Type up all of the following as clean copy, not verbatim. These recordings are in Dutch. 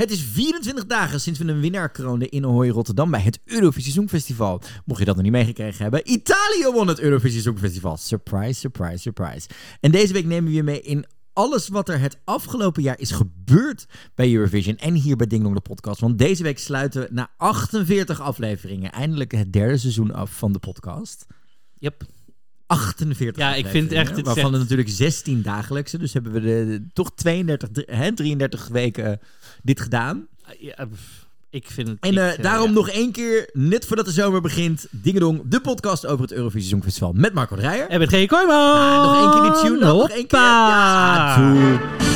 Het is 24 dagen sinds we een winnaar kroonden in Ahoy Rotterdam bij het Eurovisie Songfestival. Mocht je dat nog niet meegekregen hebben, Italië won het Eurovisie Songfestival. Surprise, surprise, surprise. En deze week nemen we je mee in alles wat er het afgelopen jaar is gebeurd bij Eurovision en hier bij Ding Dong de podcast. Want deze week sluiten we na 48 afleveringen eindelijk het derde seizoen af van de podcast. Yep. 48 ja, ik vind het echt... Waarvan er natuurlijk 16 dagelijkse. Dus hebben we toch 33 weken dit gedaan. Ja, ik vind het... En daarom nog één keer, net voordat de zomer begint, Dingedong, de podcast over het Eurovisie Songfestival met Marco Dreyer. En met G. Kooijman. Nog één keer die tune, nog één keer. Ja, toe.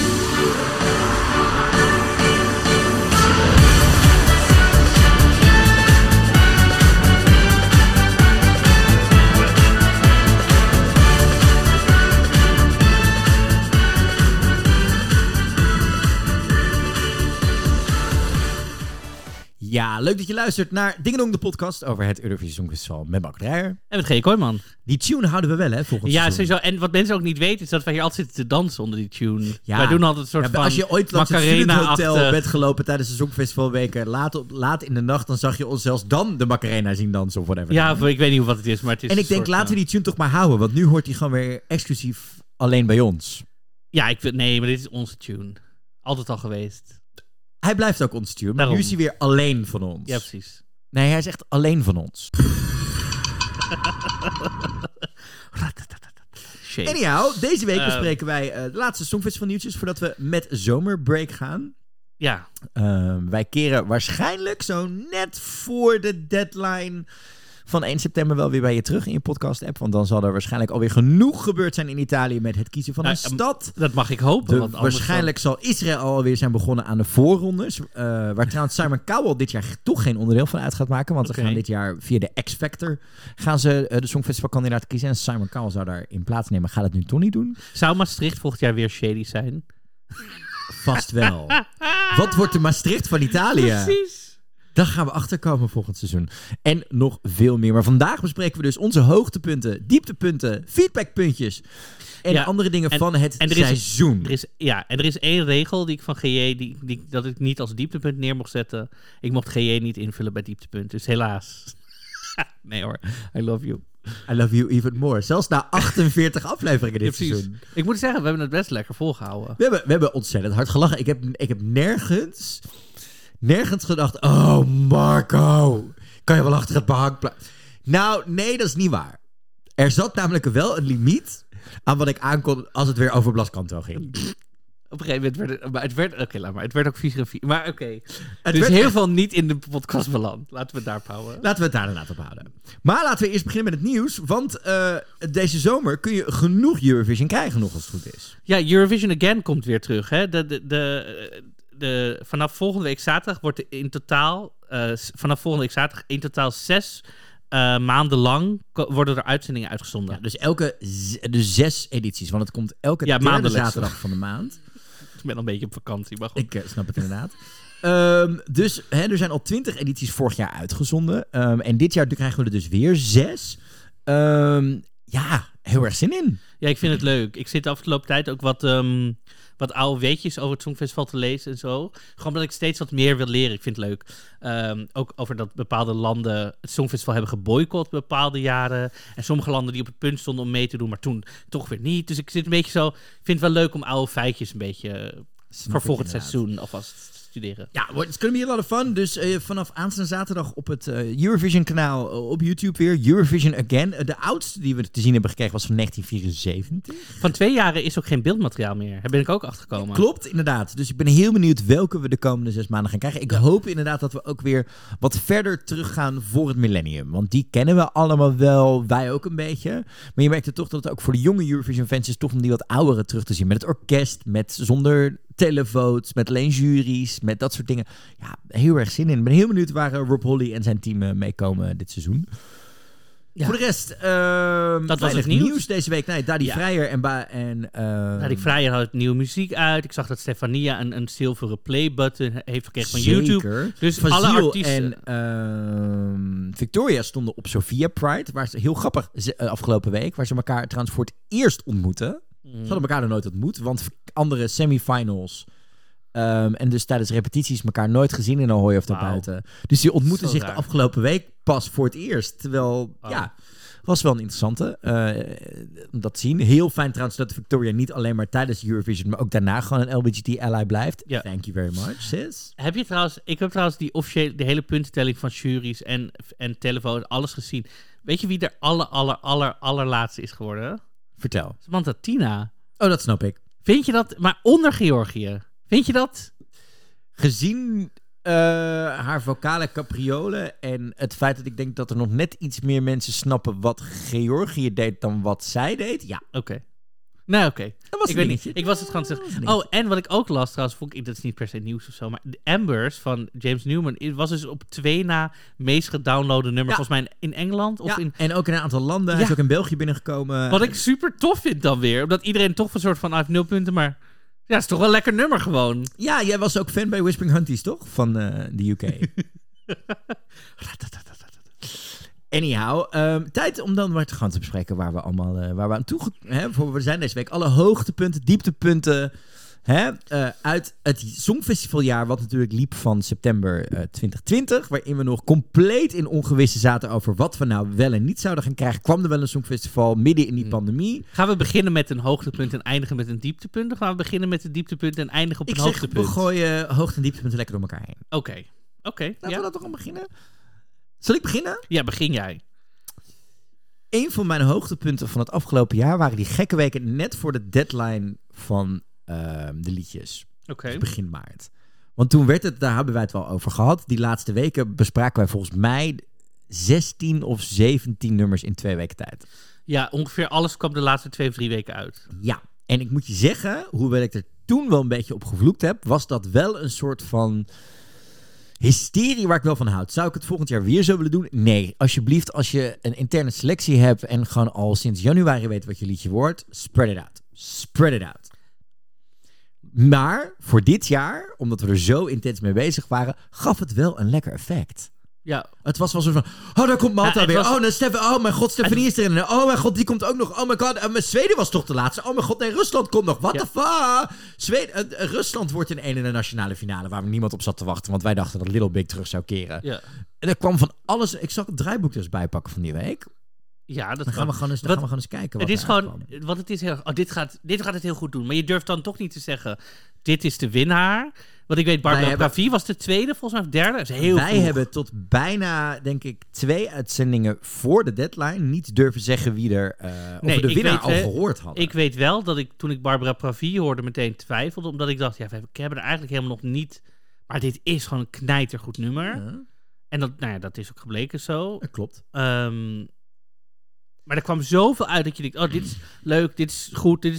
Ja, leuk dat je luistert naar Dingedong, de podcast over het Eurovisie Songfestival met Marco Dreyer. En met G. Kooijman. Die tune houden we wel, hè, volgens Ja, sowieso. En wat mensen ook niet weten, is dat wij hier altijd zitten te dansen onder die tune. Ja. Wij doen altijd een soort van als je ooit langs het Macarena-achtig... Studenthotel bent gelopen tijdens de Songfestivalweken, laat in de nacht, dan zag je ons zelfs dan de Macarena zien dansen of whatever. Ja, ik weet niet wat het is, maar het is... En ik denk, laten we die tune toch maar houden, want nu hoort hij gewoon weer exclusief alleen bij ons. Ja, nee, maar dit is onze tune. Altijd al geweest. Hij blijft ook ons tune, maar Daarom. nu is hij weer alleen van ons. Ja, precies. Nee, hij is echt alleen van ons. Anyhow, deze week bespreken wij de laatste Songfestival nieuwtjes voordat we met zomerbreak gaan. Ja. Wij keren waarschijnlijk zo net voor de deadline van 1 september wel weer bij je terug in je podcast-app. Want dan zal er waarschijnlijk alweer genoeg gebeurd zijn in Italië met het kiezen van een stad. Dat mag ik hopen. Want waarschijnlijk zal Israël alweer zijn begonnen aan de voorrondes. Waar trouwens Simon Cowell dit jaar toch geen onderdeel van uit gaat maken. Want ze gaan dit jaar via de X-Factor gaan ze de Songfestivalkandidaat kiezen. En Simon Cowell zou daar in plaats nemen. Gaat het nu toch niet doen? Zou Maastricht volgend jaar weer shady zijn? Vast wel. Wat wordt de Maastricht van Italië? Precies. Daar gaan we achterkomen volgend seizoen. En nog veel meer. Maar vandaag bespreken we dus onze hoogtepunten, dieptepunten, feedbackpuntjes en andere dingen van het seizoen. Er is één regel die ik van GJ, dat ik niet als dieptepunt neer mocht zetten. Ik mocht GJ niet invullen bij dieptepunt. Dus helaas. Nee hoor, I love you. I love you even more. Zelfs na 48 afleveringen dit seizoen. Ik moet zeggen, we hebben het best lekker volgehouden. We hebben ontzettend hard gelachen. Ik heb nergens gedacht, oh Marco, kan je wel achter het behang Nou, nee, dat is niet waar. Er zat namelijk wel een limiet aan wat ik aankon als het weer over Blaskanto ging. Op een gegeven moment het werd ook vies. Maar oké. Het dus werd heel echt veel niet in de podcast beland. Laten we het daarop houden. Laten we het daar inderdaad op houden. Maar laten we eerst beginnen met het nieuws. Want deze zomer kun je genoeg Eurovision krijgen nog als het goed is. Ja, Eurovision Again komt weer terug. Hè? Vanaf volgende week zaterdag wordt er in totaal 6 maanden lang worden er uitzendingen uitgezonden. Ja, dus 6 edities. Want het komt elke derde zaterdag van de maand. Ik ben al een beetje op vakantie, maar goed. Ik snap het inderdaad. Dus er zijn al 20 edities vorig jaar uitgezonden. En dit jaar krijgen we er dus weer 6. Ja, heel erg zin in. Ja, ik vind het leuk. Ik zit de afgelopen tijd ook wat oude weetjes over het Songfestival te lezen en zo. Gewoon omdat ik steeds wat meer wil leren. Ik vind het leuk. Ook over dat bepaalde landen het Songfestival hebben geboycott bepaalde jaren. En sommige landen die op het punt stonden om mee te doen, maar toen toch weer niet. Dus ik zit een beetje zo... Ik vind het wel leuk om oude feitjes een beetje voor volgend seizoen alvast te studeren. Ja, it's gonna be a lot of fun. Dus vanaf aanstaande zaterdag op het Eurovision kanaal op YouTube weer. Eurovision Again. De oudste die we te zien hebben gekregen was van 1974. Van 2 jaren is ook geen beeldmateriaal meer. Daar ben ik ook achtergekomen. Klopt, inderdaad. Dus ik ben heel benieuwd welke we de komende 6 maanden gaan krijgen. Ik hoop inderdaad dat we ook weer wat verder teruggaan voor het millennium. Want die kennen we allemaal wel. Wij ook een beetje. Maar je merkte toch dat het ook voor de jonge Eurovision fans is toch om die wat oudere terug te zien. Met het orkest, zonder televotes, met alleen juries, met dat soort dingen. Ja, heel erg zin in. Ik ben heel benieuwd waar Rob Holly en zijn team meekomen dit seizoen. Ja. Voor de rest, dat was het nieuws deze week. Nee, Dadi Vrijer Dadi Vrijer had nieuwe muziek uit. Ik zag dat Stefania een zilveren playbutton heeft gekregen van YouTube. Dus van alle Ziel artiesten en Victoria stonden op Sofia Pride. Waar ze heel grappig afgelopen week, waar ze elkaar trouwens voor het eerst ontmoeten. Ze hadden elkaar nog nooit ontmoet, want andere semifinals En dus tijdens repetities elkaar nooit gezien in Ahoy of daarbuiten. Dus die ontmoetten Zo zich raar. de afgelopen week pas voor het eerst. Terwijl, was wel een interessante om dat te zien. Heel fijn trouwens dat Victoria niet alleen maar tijdens Eurovision, maar ook daarna gewoon een LBGT-ally blijft. Ja. Thank you very much, sis. Ik heb trouwens die officiële, de hele puntentelling van juries en telefoon, alles gezien. Weet je wie de allerlaatste is geworden? Vertel. Samantha Tina. Oh, dat snap ik. Vind je dat, maar onder Georgië? Vind je dat? Gezien haar vocale capriolen en het feit dat ik denk dat er nog net iets meer mensen snappen wat Georgië deed dan wat zij deed. Ja, Oké. Nou, oké. dat was Ik een weet dingetje. niet. Ik was het gewoon te zeggen. Dat was Oh, en wat ik ook las trouwens, vond ik, dat is niet per se nieuws of zo, maar de Ambers van James Newman was dus op 2 na meest gedownloade nummer, Ja. volgens mij in Engeland. Of ja, en ook in een aantal landen. Hij Ja. is ook in België binnengekomen. Wat ik super tof vind dan weer, omdat iedereen toch een soort van, hij heeft 0 punten, maar ja, het is toch wel een lekker nummer gewoon. Ja, jij was ook fan bij Whispering Hunties, toch? Van de UK. Anyhow, tijd om dan maar te gaan te bespreken waar we allemaal waar we aan toe we zijn deze week. Alle hoogtepunten, dieptepunten uit het Songfestivaljaar, wat natuurlijk liep van september 2020, waarin we nog compleet in ongewisse zaten over wat we nou wel en niet zouden gaan krijgen. Kwam er wel een Songfestival midden in die pandemie? Gaan we beginnen met een hoogtepunt en eindigen met een dieptepunt? Of gaan we beginnen met een dieptepunt en eindigen op Ik een zeg, hoogtepunt? we gooien hoogte- en dieptepunten lekker door elkaar heen. Oké. Laten we Ja. dat toch al beginnen? Zal ik beginnen? Ja, begin jij. Een van mijn hoogtepunten van het afgelopen jaar waren die gekke weken net voor de deadline van de liedjes. Oké. Dus begin maart. Want toen werd het, daar hebben wij het wel over gehad. Die laatste weken bespraken wij volgens mij 16 of 17 nummers in 2 weken tijd. Ja, ongeveer alles kwam de laatste 2 of 3 weken uit. Ja, en ik moet je zeggen, hoewel ik er toen wel een beetje op gevloekt heb, was dat wel een soort van hysterie waar ik wel van houd. Zou ik het volgend jaar weer zo willen doen? Nee. Alsjeblieft, als je een interne selectie hebt en gewoon al sinds januari weet wat je liedje wordt, spread it out. Spread it out. Maar voor dit jaar, omdat we er zo intens mee bezig waren, gaf het wel een lekker effect. Ja, Het was wel zo van, oh, daar komt Malta het weer. was- Oh mijn god, Stefanie is erin. Oh mijn god, die komt ook nog. Oh mijn god, maar Zweden was toch de laatste. Oh mijn god, nee, Rusland komt nog. What Ja. the fuck? Rusland wordt in de nationale finale waar niemand op zat te wachten. Want wij dachten dat Little Big terug zou keren. ja. En er kwam van alles. Ik zal het draaiboek dus bijpakken van die week. Ja, dat Dan gaan we gewoon eens, kijken wat Het is er gewoon, uitkwam. want het is heel, dit gaat het heel goed doen. Maar je durft dan toch niet te zeggen, dit is de winnaar. Want ik weet, Barbara hebben- Pravi was de tweede, volgens mij, of derde. Dat is heel Wij vroeg. hebben tot bijna, denk ik, 2 uitzendingen voor de deadline niet durven zeggen wie er of Nee, we de ik winnaar weet, al gehoord hadden. Ik weet wel dat ik, toen ik Barbara Pravi hoorde, meteen twijfelde. Omdat ik dacht, ja, we hebben er eigenlijk helemaal nog niet. Maar dit is gewoon een knijtergoed nummer. Ja, En dat, nou ja, dat is ook gebleken zo. dat klopt. Maar er kwam zoveel uit dat je denkt, oh, dit is leuk, dit is goed, dit is...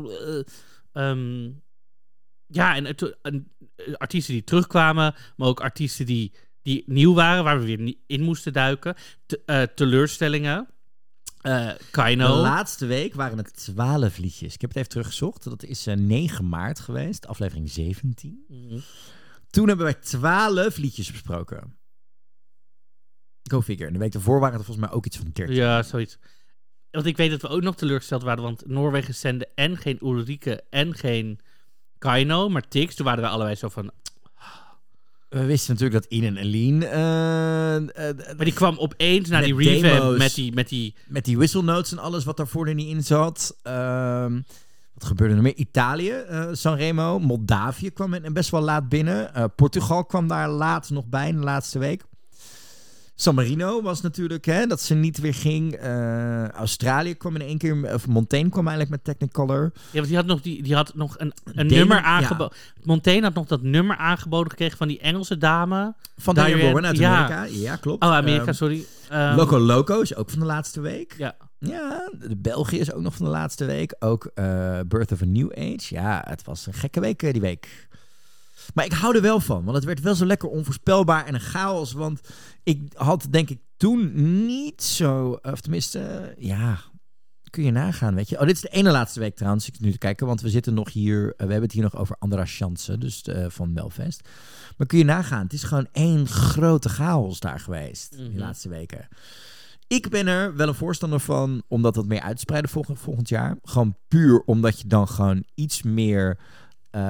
ja, en artiesten die terugkwamen, maar ook artiesten die nieuw waren, waar we weer in moesten duiken. Teleurstellingen. Kaino. De laatste week waren het 12 liedjes. Ik heb het even teruggezocht. Dat is 9 maart geweest, aflevering 17. Mhm. Toen hebben wij 12 liedjes besproken. Go figure. En de week daarvoor waren er volgens mij ook iets van 13. Ja, zoiets. Want ik weet dat we ook nog teleurgesteld waren, want Noorwegen zende en geen Ulrike en geen Kaino, maar Tix. Toen waren we allebei zo van... We wisten natuurlijk dat Inen en Lien... Maar die kwam opeens naar Met die revamp demo's. met die... met die whistle notes en alles wat daarvoor er niet in zat. Wat gebeurde er meer? Italië, Sanremo. Moldavië kwam best wel laat binnen. Portugal kwam daar laat nog bij in de laatste week. San Marino was natuurlijk, dat ze niet weer ging. Australië kwam in één keer... Of Montaigne kwam eigenlijk met Technicolor. Ja, want die had nog een Denen, nummer aangeboden. Montaigne had nog dat nummer aangeboden gekregen van die Engelse dame. Van Diane Diane, Warren uit ja. Amerika. Ja, klopt. Oh, Amerika, sorry. Loco Loco is ook van de laatste week. Ja. Ja, de België is ook nog van de laatste week. Ook Birth of a New Age. Ja, het was een gekke week die week. Maar ik hou er wel van, want het werd wel zo lekker onvoorspelbaar en een chaos. Want ik had denk ik toen niet zo... Of tenminste, ja, kun je nagaan, weet je. Oh, dit is de ene laatste week trouwens, ik zit nu te kijken. Want we zitten nog hier... we hebben het hier nog over Andras Jansen, dus van Melfest. Maar kun je nagaan, het is gewoon één grote chaos daar geweest. Die laatste weken. Ik ben er wel een voorstander van om dat wat meer uit te spreiden volgend jaar. Gewoon puur omdat je dan gewoon iets meer...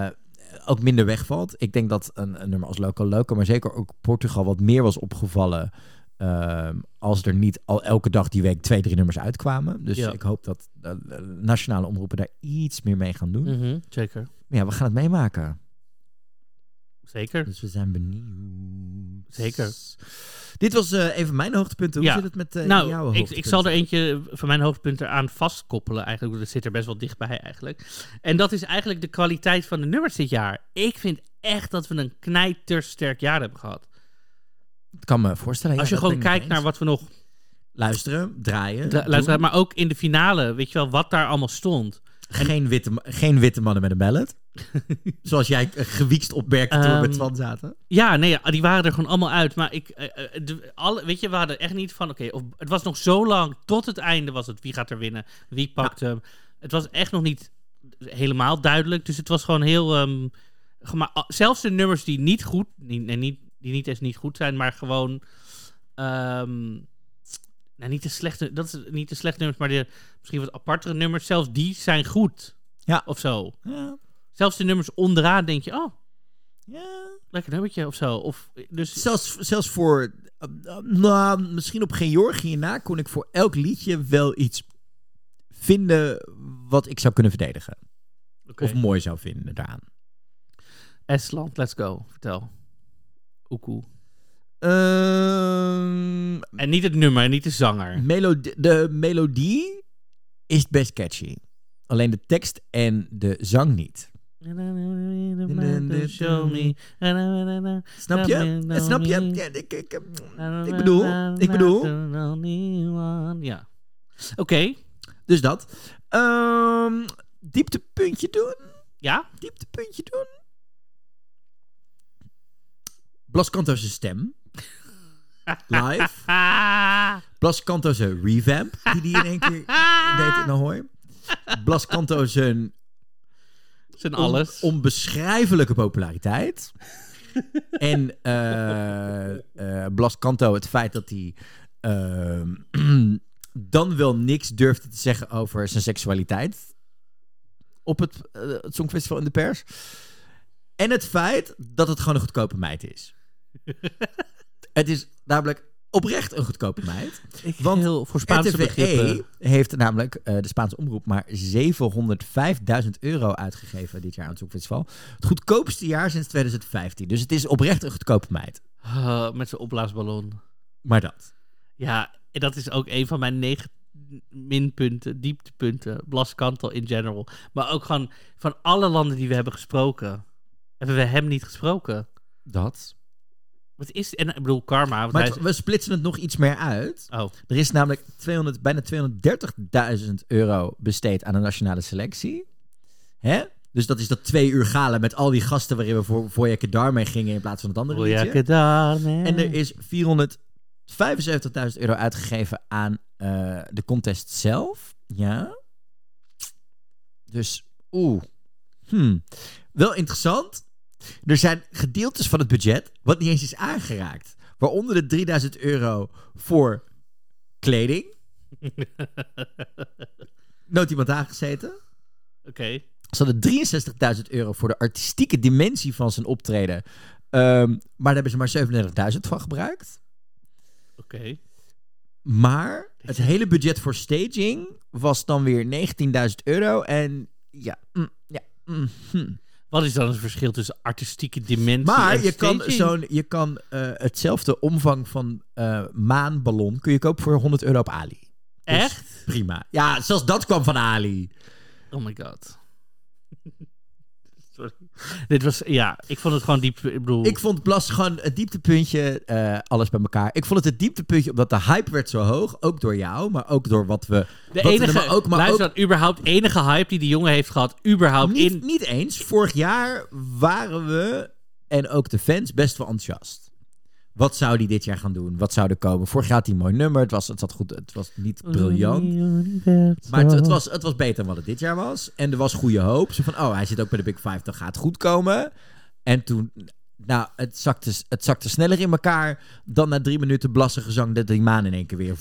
ook minder wegvalt. Ik denk dat een nummer als Loco Loco, maar zeker ook Portugal wat meer was opgevallen als er niet al elke dag die week 2-3 nummers uitkwamen. Dus ik hoop dat nationale omroepen daar iets meer mee gaan doen. Zeker. Maar ja, we gaan het meemaken. Zeker. Dus we zijn benieuwd. Zeker. Dit was even mijn hoogtepunten. Hoe zit het met jouw hoogtepunten? Ik zal er eentje van mijn hoogtepunten aan vastkoppelen eigenlijk. Dat zit er best wel dichtbij eigenlijk. En dat is eigenlijk de kwaliteit van de nummers dit jaar. Ik vind echt dat we een knijtersterk jaar hebben gehad. Ik kan me voorstellen. Als je gewoon kijkt naar wat we nog... Luisteren, draaien. Maar ook in de finale, weet je wel, wat daar allemaal stond. Geen witte mannen met een mallet. Zoals jij gewiekst opmerkte toen we met Twan zaten. Ja, nee, die waren er gewoon allemaal uit. Maar weet je, we hadden echt niet van... het was nog zo lang, tot het einde was het wie gaat er winnen, wie pakt hem. Het was echt nog niet helemaal duidelijk. Dus het was gewoon heel... zelfs de nummers die niet goed... die niet eens niet goed zijn, maar gewoon... niet de slechte... Dat is niet de slechte nummers, maar de misschien wat apartere nummers. Zelfs die zijn goed. Ja. Of zo. Ja. Zelfs de nummers onderaan denk je... Oh, ja, lekker nummertje of zo. Of, dus... Zelfs voor... misschien op Georgië na kon ik voor elk liedje wel iets vinden wat ik zou kunnen verdedigen. Okay. Of mooi zou vinden daaraan. Estland, let's go. Vertel. Oekoe. En niet het nummer, en niet de zanger. De melodie is best catchy. Alleen de tekst en de zang niet. Snap je? Snap je? Ja, ik bedoel. Ja. Oké. Dus dat. Dieptepuntje doen. Ja? Dieptepuntje doen. Blas Canto's stem. Live. Blas Canto zijn revamp, die in één keer deed in Ahoy. Blas Canto zijn alles. Onbeschrijfelijke populariteit. En Blas Canto het feit dat hij dan wel niks durfde te zeggen over zijn seksualiteit op het Songfestival in de pers. En het feit dat het gewoon een goedkope meid is. Het is namelijk oprecht een goedkope meid. Want heel voor Spaanse begrippen heeft namelijk de Spaanse omroep maar €705.000 uitgegeven dit jaar aan het Songfestival. Het goedkoopste jaar sinds 2015. Dus het is oprecht een goedkope meid. Met zijn opblaasballon. Maar dat. Ja, dat is ook een van mijn 9 minpunten, dieptepunten. Blas Canto in general. Maar ook gewoon van alle landen die we hebben gesproken. Hebben we hem niet gesproken? Dat. Wat is... En ik bedoel, karma. Maar we splitsen het nog iets meer uit. Oh. Er is namelijk bijna €230.000 besteed aan de nationale selectie. Hè? Dus dat is dat 2 uur gala met al die gasten waarin we voor Voya Kedar mee gingen in plaats van het andere liedje. Kedar, nee. En er is €475.000 uitgegeven aan de contest zelf. Ja. Dus, wel interessant. Er zijn gedeeltes van het budget wat niet eens is aangeraakt. Waaronder de €3.000 voor kleding. Nooit iemand aangezeten. Oké. Ze hadden €63.000 voor de artistieke dimensie van zijn optreden. Maar daar hebben ze maar €37.000 van gebruikt. Oké. Maar het hele budget voor staging was dan weer €19.000. En ja. Wat is dan het verschil tussen artistieke dimensie maar en staging? je kan hetzelfde omvang van maanballon kun je kopen voor €100 op Ali. Dus echt? Prima. Ja, zelfs dat kwam van Ali. Oh my god. Sorry. Dit was, ik vond het gewoon diep. Ik vond Blas gewoon het dieptepuntje, alles bij elkaar. Ik vond het dieptepuntje omdat de hype werd zo hoog, ook door jou, maar ook door wat we... Überhaupt enige hype die jongen heeft gehad, überhaupt niet eens. Vorig jaar waren we, en ook de fans, best wel enthousiast. Wat zou hij dit jaar gaan doen? Wat zou er komen? Vorig jaar had hij een mooi nummer. Het zat goed. Het was niet briljant. Maar het was beter dan wat het dit jaar was. En er was goede hoop. Zo van, hij zit ook bij de Big Five. Dan gaat het goed komen. En toen... het zakte sneller in elkaar dan na 3 minuten blassen gezang dat die maan in één keer weer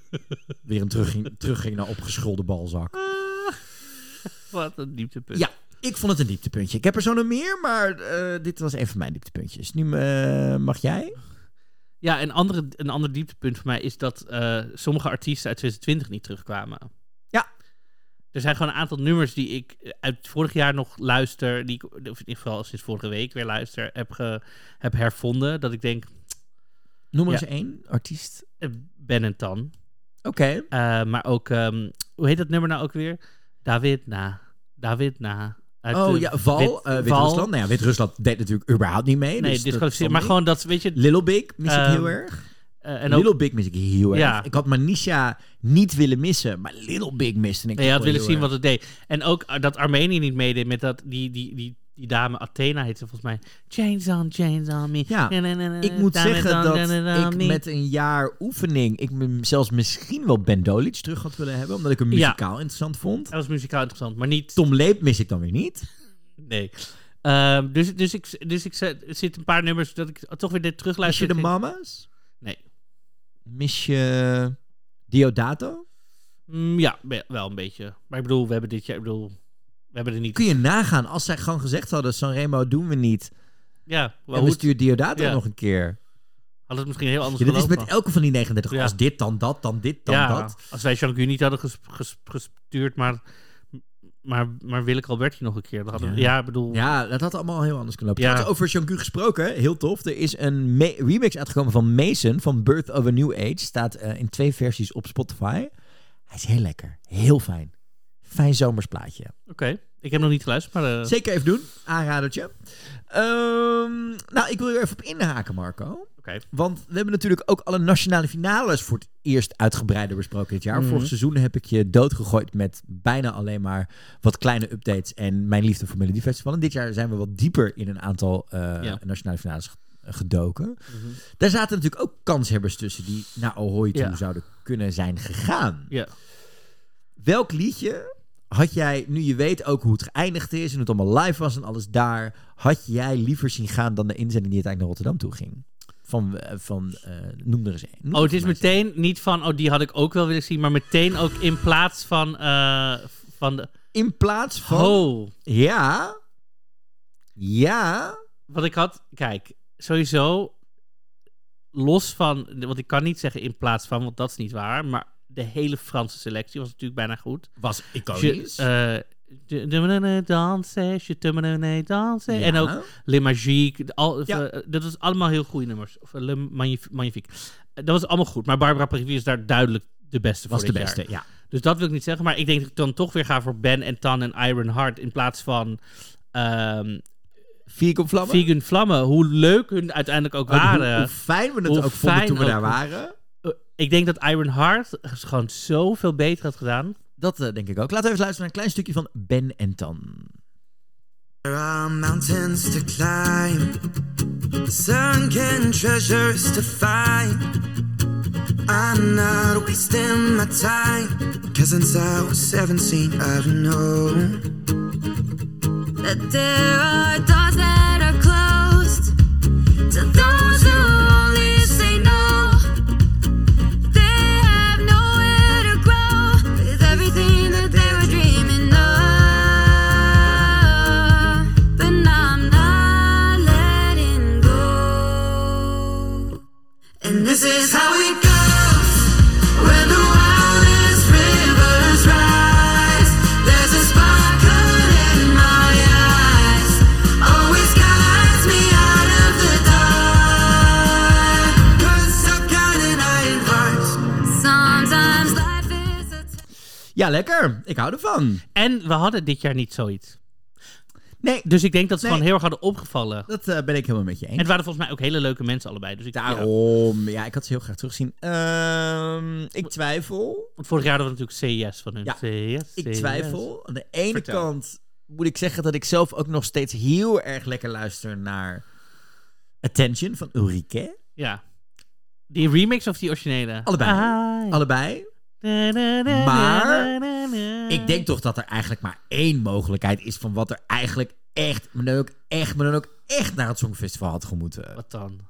weer terugging naar opgescholden balzak. Wat een dieptepunt. Ja. Ik vond het een dieptepuntje. Ik heb er zo nog meer, maar dit was een van mijn dieptepuntjes. Nu mag jij? Ja, een ander dieptepunt voor mij is dat sommige artiesten uit 2020 niet terugkwamen. Ja. Er zijn gewoon een aantal nummers die ik uit vorig jaar nog luister, die ik of in ieder geval sinds vorige week weer luister, heb hervonden. Dat ik denk... Noem maar eens één artiest. Ben en Tan. Oké. Maar ook, hoe heet dat nummer nou ook weer? David Na. Wit-Rusland. Nou ja, Wit-Rusland deed natuurlijk überhaupt niet mee. Nee, dus disqualificeerd. Maar gewoon dat, weet je... Little Big mis ik heel erg. Little Big mis ik heel erg. Ik had Manisha niet willen missen, maar Little Big miste ik. Nee, je had willen zien wat het deed. En ook dat Armenië niet meedeed met dat die dame Athena heet ze volgens mij. Chains on me. Ja, ik moet zeggen dat ik met een jaar oefening ik zelfs misschien wel Ben Dolic terug had willen hebben, omdat ik hem muzikaal interessant vond. Dat was muzikaal interessant, maar niet... Tom Leep mis ik dan weer niet. Nee. Dus ik zit een paar nummers dat ik toch weer dit terugluister. Mis je de Mama's? Nee. Mis je Diodato? Ja, wel een beetje. Maar ik bedoel, we hebben dit jaar... We hebben er niet... Kun je nagaan als zij gewoon gezegd hadden, Sanremo doen we niet. Ja. En we sturen Diodato nog een keer. Had het misschien heel anders gelopen. Dit is met elke van die 39. Ja. Als dit, dan dat, dan dit, dan dat. Als wij Jean-Gu niet hadden gestuurd, maar Willeke Alberti nog een keer. Dan hadden Ja, dat had allemaal heel anders kunnen lopen. Over Jean-Gu gesproken, heel tof. Er is een remix uitgekomen van Mason, van Birth of a New Age. Staat in 2 versies op Spotify. Hij is heel lekker. Heel fijn. Fijn zomersplaatje. Oké. Ik heb nog niet geluisterd, maar... Zeker even doen. Aanradertje. Nou, ik wil er even op inhaken, Marco. Okay. Want we hebben natuurlijk ook alle nationale finales voor het eerst uitgebreider besproken dit jaar. Vorig seizoen heb ik je doodgegooid met bijna alleen maar wat kleine updates en mijn liefde voor Melodiefestival. En dit jaar zijn we wat dieper in een aantal nationale finales gedoken. Daar zaten natuurlijk ook kanshebbers tussen die naar Ahoy toe zouden kunnen zijn gegaan. Ja. Welk liedje had jij, nu je weet ook hoe het geëindigd is en het allemaal live was en alles daar, had jij liever zien gaan dan de inzending die uiteindelijk naar Rotterdam toe ging? Noem er eens één. Het is meteen niet van, die had ik ook wel willen zien, maar meteen ook in plaats van de... In plaats van... Ja. Wat ik had, kijk, sowieso los van, want ik kan niet zeggen in plaats van, want dat is niet waar, maar de hele Franse selectie was natuurlijk bijna goed. Was iconisch. Dansen. En ook Le Magique. Dat was allemaal heel goede nummers. Of Le Magnifique. Dat was allemaal goed. Maar Barbara Pravi is daar duidelijk de beste voor dit jaar. Was de beste, ja. Dus dat wil ik niet zeggen. Maar ik denk dat ik dan toch weer ga voor Ben en Tan en Iron Heart in plaats van... Vegan Vlammen. Hoe leuk hun uiteindelijk ook waren. Hoe fijn we het ook vonden toen we daar waren. Ik denk dat Iron Heart gewoon zoveel beter had gedaan. Dat denk ik ook. Laten we even luisteren naar een klein stukje van Ben en Tan. There are mountains to climb, sunken treasures to find. I'm not wasting my time, 'cause since I was 17 I've known that there are doors that are closed to those who only say no. They have nowhere to grow with everything that they were dreaming of. But I'm not letting go. And this is how it goes when the wildest rivers rise. There's a sparkle in my eyes, always guides me out of the dark. 'Cause I've got an iron heart. Sometimes life is a Ja, lekker. Ik hou ervan. En we hadden dit jaar niet zoiets. Nee. Dus ik denk dat ze gewoon heel erg hadden opgevallen. Dat ben ik helemaal met je eens. En het waren volgens mij ook hele leuke mensen allebei. Dus Daarom. Ja, ik had ze heel graag teruggezien. Ik twijfel. Want vorig jaar hadden we natuurlijk CES van hun. Ja, CES. Ik twijfel. Aan de ene kant moet ik zeggen dat ik zelf ook nog steeds heel erg lekker luister naar Attention van Ulrike. Ja. Die remix of die originele? Allebei. Allebei. Maar ik denk toch dat er eigenlijk maar één mogelijkheid is van wat er eigenlijk echt, maar dan ook echt naar het Songfestival had gemoeten. Wat dan?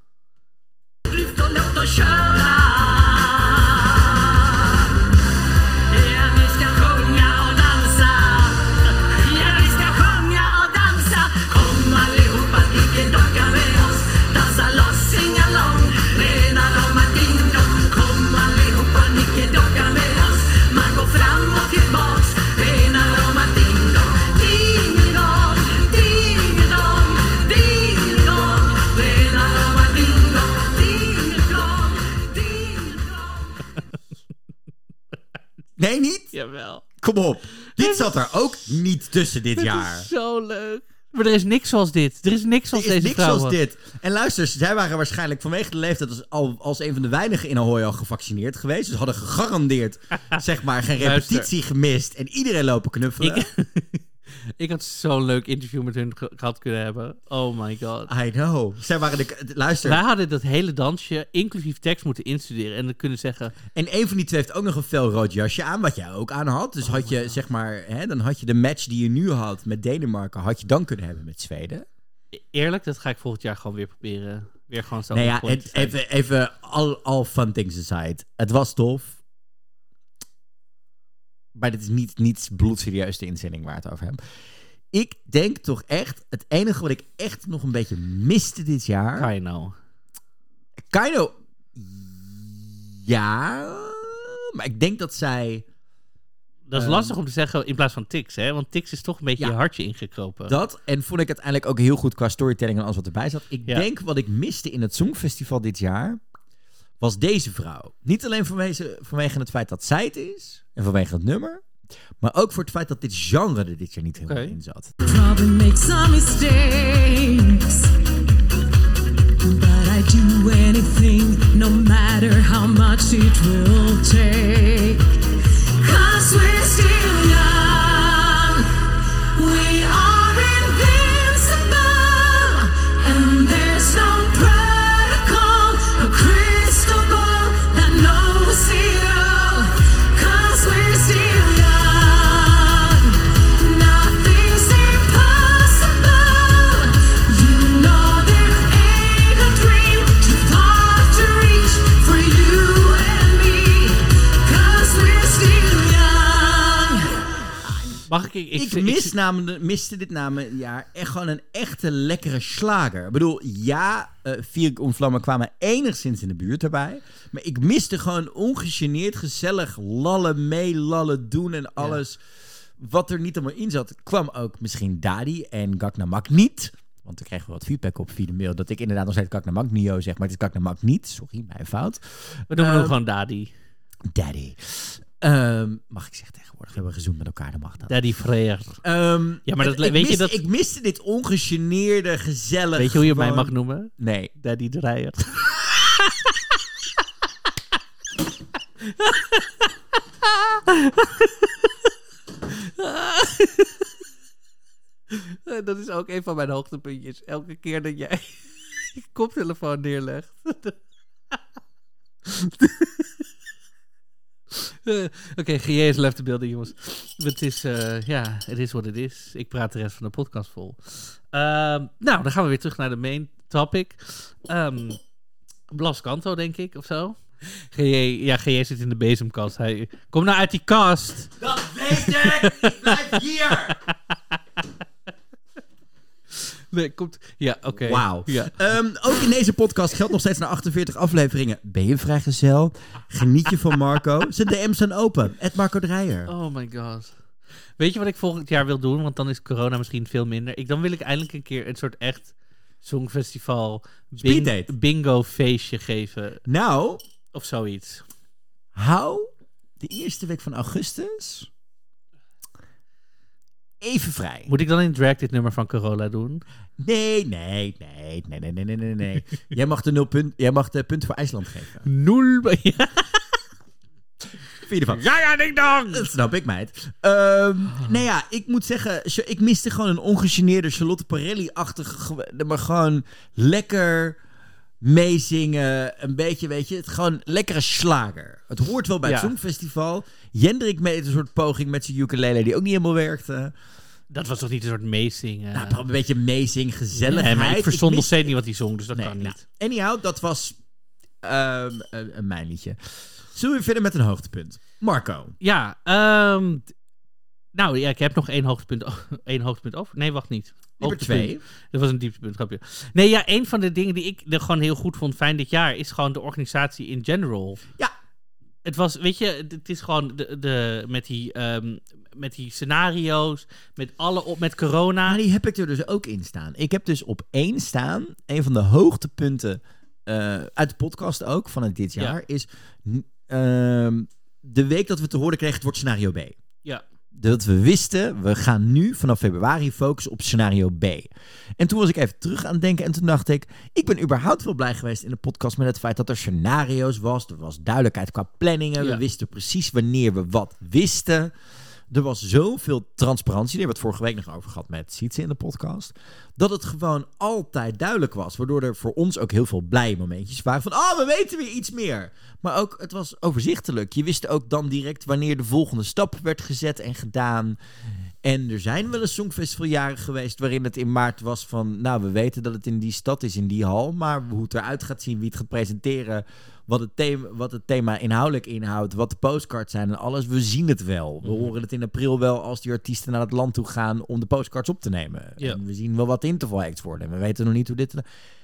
Nee, niet? Jawel. Kom op. Dit zat er ook niet tussen dit Het jaar. is zo leuk. Maar er is niks zoals dit. Er is niks zoals Er is deze niks vrouwen. zoals dit. En luister, zij waren waarschijnlijk vanwege de leeftijd als een van de weinigen in Ahoy al gevaccineerd geweest. Dus hadden gegarandeerd, zeg maar, geen Luister. repetitie gemist. En iedereen lopen knuffelen. Ik had zo'n leuk interview met hun gehad kunnen hebben. Oh my god. I know. Zij waren luister. Wij hadden dat hele dansje, inclusief tekst, moeten instuderen. En dan kunnen zeggen... En een van die twee heeft ook nog een fel rood jasje aan, wat jij ook aan had. Dus had je, zeg maar, dan had je de match die je nu had met Denemarken, had je dan kunnen hebben met Zweden. Eerlijk, dat ga ik volgend jaar gewoon weer proberen. Weer gewoon zo. Nou ja, even all fun things aside. Het was tof. Maar dit is niet bloedserieus de inzending waar het over hebben. Ik denk toch echt, het enige wat ik echt nog een beetje miste dit jaar... Kaino, ja... Maar ik denk dat zij... Dat is lastig om te zeggen in plaats van Tix, hè? Want Tix is toch een beetje je hartje ingekropen. Dat, en vond ik uiteindelijk ook heel goed qua storytelling en alles wat erbij zat. Ik denk wat ik miste in het Songfestival dit jaar... was deze vrouw. Niet alleen vanwege het feit dat zij het is... en vanwege het nummer... maar ook voor het feit dat dit genre er dit jaar niet helemaal in zat. Probably make some mistakes, but I do anything, no matter how much it will take. 'Cause we're still young, we are invincible, and there's no protocol, a crystal ball that knows it all. 'Cause we're still young, nothing's impossible. You know there ain't a dream too far to reach for you and me. 'Cause we're still young. Mag ik... miste dit jaar echt gewoon een echte lekkere slager. Ik bedoel, ja, Vier Onvlammen kwamen enigszins in de buurt erbij. Maar ik miste gewoon ongegeneerd, gezellig lallen doen en alles wat er niet allemaal in zat. Kwam ook misschien Dadi en Gaknamak niet. Want toen kregen we wat feedback op via de mail dat ik inderdaad nog steeds Gaknamak Nio zeg, maar het is Gaknamak niet. Sorry, mijn fout. We doen hem gewoon Dadi. Daddy. Mag ik zeggen tegenwoordig? We hebben gezoend met elkaar, dan mag dat. Daddy Freer. Ja, maar ik miste dit ongegeneerde, gezellig. Weet je hoe je mij mag noemen? Nee. Daddy Dreyer. Dat is ook een van mijn hoogtepuntjes. Elke keer dat jij je koptelefoon neerlegt. Oké, GJ is left te beelden, jongens. Het is, het is wat het is. Ik praat de rest van de podcast vol. Nou, dan gaan we weer terug naar de main topic. Blas Kanto, denk ik, of zo. GJ zit in de bezemkast. Kom nou uit die kast. Dat weet ik! Ik blijf hier! Nee, komt... Ja, oké. Wauw. Ja. Ook in deze podcast geldt nog steeds na 48 afleveringen. Ben je vrijgezel? Geniet je van Marco? Zijn DM's zijn open. @Marco Dreyer. Oh my god. Weet je wat ik volgend jaar wil doen? Want dan is corona misschien veel minder. Dan wil ik eindelijk een keer een soort echt songfestival bingo feestje geven. Nou. Of zoiets. Hou de eerste week van augustus even vrij. Moet ik dan in drag dit nummer van Carola doen? Nee. Jij mag de punten voor IJsland geven. 0. Vind je ervan? Ja, ding dong! Dat snap ik, meid. Nou ja, ik moet zeggen, ik miste gewoon een ongegeneerde Charlotte Parelli-achtige, maar gewoon lekker meezingen, een beetje, weet je, het gewoon lekkere slager. Het hoort wel bij het Songfestival. Jendrik met een soort poging met zijn ukulele die ook niet helemaal werkte. Dat was toch niet een soort meezingen? Nou, een beetje meezing, gezelligheid. Nee, maar ik verstond nog steeds niet wat hij zong, dus dat kan niet. Anyhow, dat was mijn liedje. Zullen we verder met een hoogtepunt? Marco. Ja, nou ja, ik heb nog één hoogtepunt over. Nee, wacht niet. Nummer 2. Dat was een dieptepunt, grapje. Nee, ja, een van de dingen die ik er gewoon heel goed vond fijn dit jaar is gewoon de organisatie in general. Ja. Het was, weet je, het is gewoon met die scenario's, met corona. Maar die heb ik er dus ook in staan. Ik heb dus op 1 staan, een van de hoogtepunten uit de podcast ook van dit jaar, is de week dat we te horen kregen, het wordt scenario B. Ja. Dat we wisten, we gaan nu vanaf februari focussen op scenario B. En toen was ik even terug aan het denken en toen dacht ik ben überhaupt wel blij geweest in de podcast met het feit dat er scenario's was. Er was duidelijkheid qua planningen. Ja. We wisten precies wanneer we wat wisten. Er was zoveel transparantie, daar hebben we het vorige week nog over gehad met Sietse in de podcast, dat het gewoon altijd duidelijk was, waardoor er voor ons ook heel veel blije momentjes waren van, we weten weer iets meer. Maar ook, het was overzichtelijk. Je wist ook dan direct wanneer de volgende stap werd gezet en gedaan. En er zijn wel eens Songfestivaljaren geweest waarin het in maart was van, we weten dat het in die stad is, in die hal, maar hoe het eruit gaat zien, wie het gaat presenteren, wat het thema inhoudelijk inhoudt, wat de postcards zijn en alles, we zien het wel. We horen het in april wel als die artiesten naar het land toe gaan om de postcards op te nemen. Ja. En we zien wel wat de interval acts worden. En we weten nog niet hoe dit...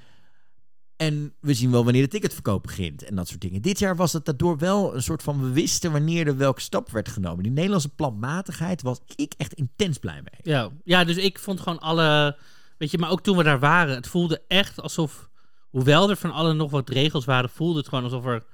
En we zien wel wanneer de ticketverkoop begint en dat soort dingen. Dit jaar was het daardoor wel een soort van, we wisten wanneer er welke stap werd genomen. Die Nederlandse planmatigheid was ik echt intens blij mee. Ja, dus ik vond gewoon alle... Weet je, maar ook toen we daar waren, het voelde echt alsof... Hoewel er van alle nog wat regels waren, voelde het gewoon alsof er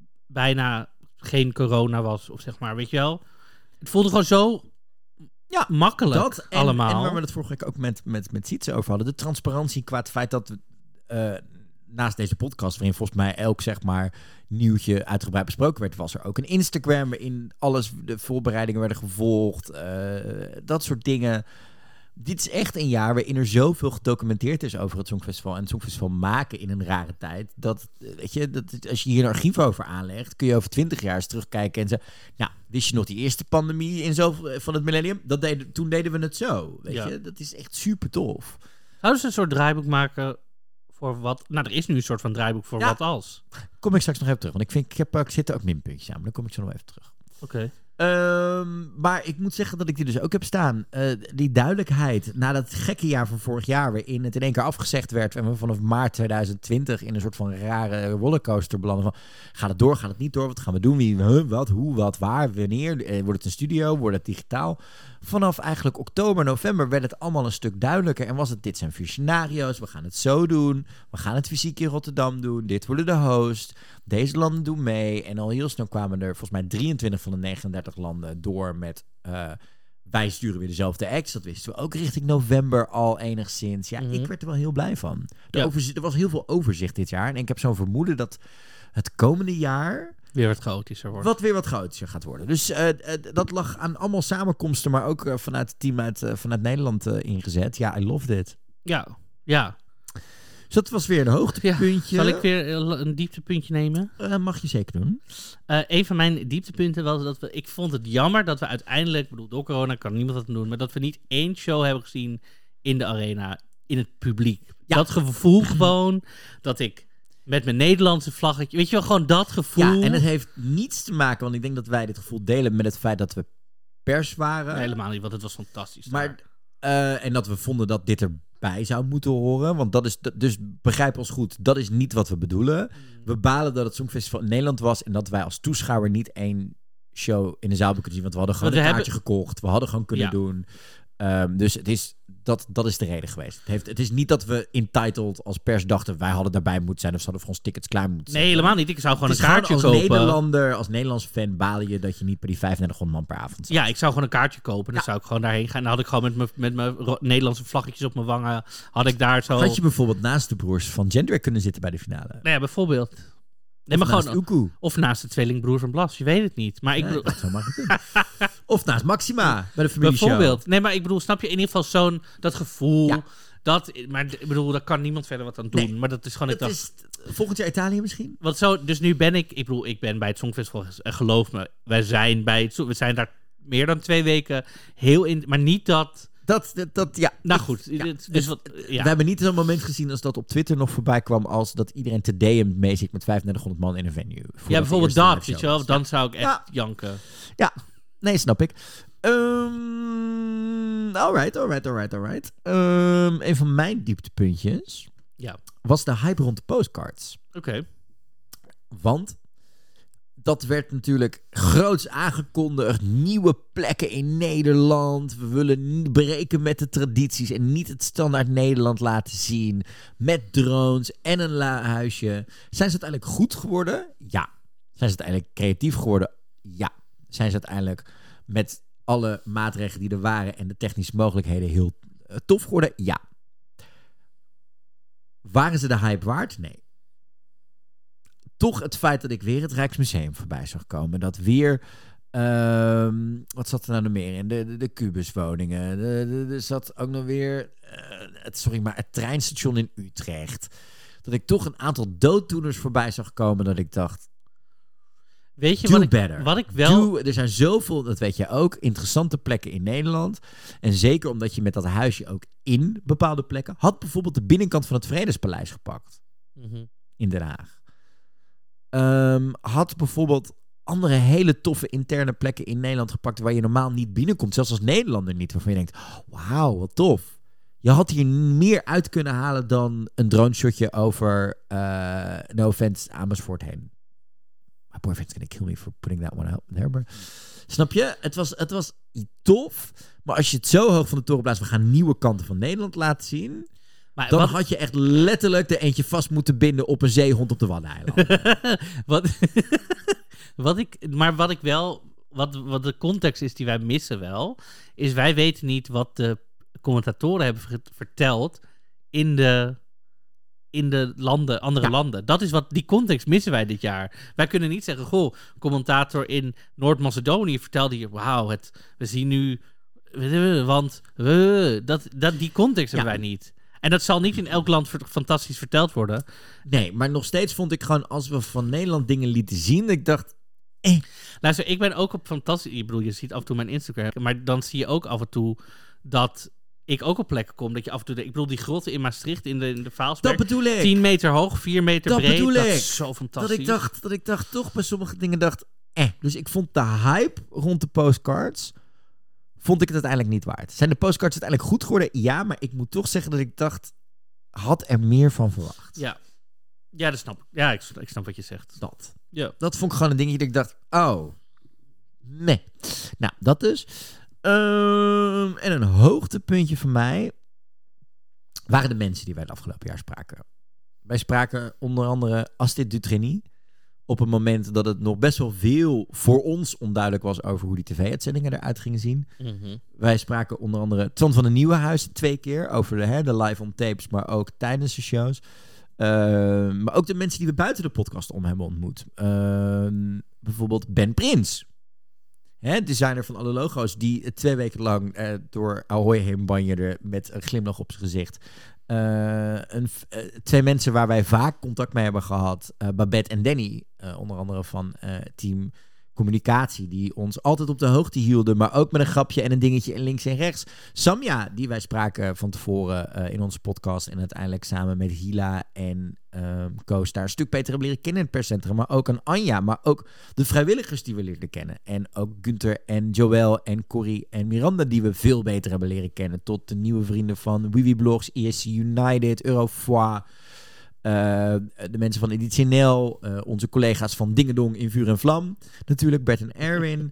bijna geen corona was. Of zeg maar, weet je wel? Het voelde gewoon zo makkelijk dat allemaal. En waar we het vorige week ook met Sietse over hadden. De transparantie qua het feit dat we... naast deze podcast, waarin volgens mij elk nieuwtje uitgebreid besproken werd, was er ook een Instagram waarin de voorbereidingen werden gevolgd. Dat soort dingen. Dit is echt een jaar waarin er zoveel gedocumenteerd is over het Songfestival en het Songfestival maken in een rare tijd. Weet je, als je hier een archief over aanlegt, kun je over 20 jaar eens terugkijken en zeggen, wist je nog die eerste pandemie van het millennium? Toen deden we het zo. Weet je, dat is echt super tof. Zouden ze een soort draaiboek maken voor wat... er is nu een soort van draaiboek voor wat als. Kom ik straks nog even terug, want ik zit er ook minpuntjes aan, maar dan kom ik zo nog even terug. Oké. Maar ik moet zeggen dat ik die dus ook heb staan. Die duidelijkheid na dat gekke jaar van vorig jaar, waarin het in één keer afgezegd werd en we vanaf maart 2020 in een soort van rare rollercoaster belanden van, gaat het door, gaat het niet door, wat gaan we doen, wie, wat, hoe, wat, waar, wanneer, wordt het een studio, wordt het digitaal? Vanaf eigenlijk oktober, november werd het allemaal een stuk duidelijker en was het, dit zijn 4 scenario's, we gaan het zo doen, we gaan het fysiek in Rotterdam doen, dit worden de host, deze landen doen mee en al heel snel kwamen er volgens mij 23 van de 39 landen door met wij sturen weer dezelfde acts. Dat wisten we ook richting november al enigszins. Ja, ik werd er wel heel blij van. Er was heel veel overzicht dit jaar en ik heb zo'n vermoeden dat het komende jaar weer wat chaotischer wordt. Weer wat chaotischer gaat worden. Dus dat lag aan allemaal samenkomsten, maar ook vanuit het team vanuit Nederland ingezet. Ja, I loved it. Ja. Dus dat was weer een hoogtepuntje. Zal ik weer een dieptepuntje nemen? Mag je zeker doen. Een van mijn dieptepunten was dat ik vond het jammer dat we uiteindelijk, door corona kan niemand dat doen, maar dat we niet 1 show hebben gezien in de arena, in het publiek. Ja. Dat gevoel gewoon, dat ik met mijn Nederlandse vlaggetje, weet je wel, gewoon dat gevoel. Ja, en het heeft niets te maken, want ik denk dat wij dit gevoel delen met het feit dat we pers waren. Nee, helemaal niet, want het was fantastisch. Maar, en dat we vonden dat dit erbij zou moeten horen, want dat is, dus begrijp ons goed, dat is niet wat we bedoelen. We balen dat het Songfestival in Nederland was en dat wij als toeschouwer niet 1 show in de zaal kunnen zien, want we hadden gewoon een kaartje gekocht. We hadden gewoon kunnen doen. Dus het is, dat is de reden geweest. Het is niet dat we entitled als pers dachten, wij hadden daarbij moeten zijn of zouden voor ons tickets klaar moeten zijn. Nee, helemaal niet. Ik zou gewoon een kaartje als kopen. Nederlander, als Nederlands fan balen je dat je niet bij die 3500 man per avond zat. Ja, ik zou gewoon een kaartje kopen en dan zou ik gewoon daarheen gaan. En dan had ik gewoon met mijn Nederlandse vlaggetjes op mijn wangen, had ik daar zo... Had je bijvoorbeeld naast de broers van Gender kunnen zitten bij de finale? Nou ja, bijvoorbeeld. Nee, of maar naast gewoon, Uku. Of naast de tweelingbroer van Blas. Je weet het niet. Maar ik bedoel... Dat zou maar kunnen. Of naast Maxima bij de familieshow. Bijvoorbeeld. Nee, maar ik bedoel, snap je in ieder geval dat gevoel. Ja. Maar ik bedoel, daar kan niemand verder wat aan doen. Nee, maar dat is gewoon... Volgend jaar Italië misschien? Want zo, dus nu ben ik bedoel, ik ben bij het Songfestival. Geloof me, we zijn daar meer dan 2 weken heel in... Maar niet dat... Ja. Nou goed. Ja. Dus we hebben niet zo'n moment gezien als dat op Twitter nog voorbij kwam, als dat iedereen te DM mee zit met 3500 man in een venue. Ja, bijvoorbeeld dat, weet je wel. Dan zou ik echt janken. Ja, nee, snap ik. Alright. Een van mijn dieptepuntjes was de hype rond de postcards. Oké. Want dat werd natuurlijk groots aangekondigd. Nieuwe plekken in Nederland. We willen breken met de tradities en niet het standaard Nederland laten zien. Met drones en een huisje. Zijn ze uiteindelijk goed geworden? Ja. Zijn ze uiteindelijk creatief geworden? Ja. zijn ze uiteindelijk met alle maatregelen die er waren en de technische mogelijkheden heel tof geworden? Ja. Waren ze de hype waard? Nee. Toch het feit dat ik weer het Rijksmuseum voorbij zag komen. Dat weer... wat zat er nou nog meer in? De kubuswoningen. Er zat ook nog weer... het treinstation in Utrecht. Dat ik toch een aantal dooddoeners voorbij zag komen. Dat ik dacht... Weet je Do better. wat ik wel... Er zijn zoveel, dat weet je ook, interessante plekken in Nederland. En zeker omdat je met dat huisje ook in bepaalde plekken... had bijvoorbeeld de binnenkant van het Vredespaleis gepakt. Mhm. In Den Haag. Had bijvoorbeeld andere hele toffe interne plekken in Nederland gepakt... waar je normaal niet binnenkomt, zelfs als Nederlander niet. Waarvan je denkt, wauw, wat tof. Je had hier meer uit kunnen halen dan een droneshotje over No Offense Amersfoort heen. My boyfriend's gonna kill me for putting that one out there. Maar, snap je? Het was tof. Maar als je het zo hoog van de toren blaast... we gaan nieuwe kanten van Nederland laten zien... Maar dan had je echt letterlijk de eentje vast moeten binden... op een zeehond op de Waddeneilanden. Wat de context is die wij missen wel... is wij weten niet wat de commentatoren hebben verteld... in de andere landen. Dat is wat, die context missen wij dit jaar. Wij kunnen niet zeggen, goh, commentator in Noord-Macedonië vertelde hier, wauw, we zien nu, want die context hebben wij niet. En dat zal niet in elk land fantastisch verteld worden. Nee, maar nog steeds vond ik gewoon, als we van Nederland dingen lieten zien, ik dacht, Luister, ik ben ook op fantastisch, ik bedoel, je ziet af en toe mijn Instagram, maar dan zie je ook af en toe dat ik ook op plekken kom, dat je af en toe... Ik bedoel, die grotten in Maastricht, in de Vaalsberg... Dat bedoel ik. 10 meter hoog, 4 meter Dat breed. bedoel Dat ik. is zo fantastisch. Dat ik dacht toch bij sommige dingen dacht, Dus ik vond de hype rond de postcards, vond ik het uiteindelijk niet waard. Zijn de postcards uiteindelijk goed geworden? Ja, maar ik moet toch zeggen dat ik dacht, had er meer van verwacht. Ja, dat snap ik. Ja, ik snap wat je zegt. Dat vond ik gewoon een dingetje dat ik dacht, oh, nee. Nou, dat dus. En een hoogtepuntje van mij waren de mensen die wij het afgelopen jaar spraken. Wij spraken onder andere Astrid Dutrény. Op een moment dat het nog best wel veel voor ons onduidelijk was over hoe die tv-uitzendingen eruit gingen zien. Mm-hmm. Wij spraken onder andere Twan van den Nieuwenhuis 2 keer over de live on tapes, maar ook tijdens de shows. Maar ook de mensen die we buiten de podcast om hebben ontmoet. Bijvoorbeeld Ben Prins. Designer van alle logo's, die 2 weken lang door Ahoy heen banjerde met een glimlach op zijn gezicht. 2 mensen waar wij vaak contact mee hebben gehad. Babette en Danny, onder andere van team communicatie, die ons altijd op de hoogte hielden, maar ook met een grapje en een dingetje in links en rechts. Samja, die wij spraken van tevoren in onze podcast en uiteindelijk samen met Hila en Koos daar een stuk beter hebben leren kennen in het perscentrum, maar ook een Anja, maar ook de vrijwilligers die we leerden kennen. En ook Gunther en Joël en Corrie en Miranda die we veel beter hebben leren kennen, tot de nieuwe vrienden van Wiwi Blogs, ESC United, Eurofois, de mensen van Editie NL, onze collega's van Dingedong in Vuur en Vlam, natuurlijk Bert en Erwin.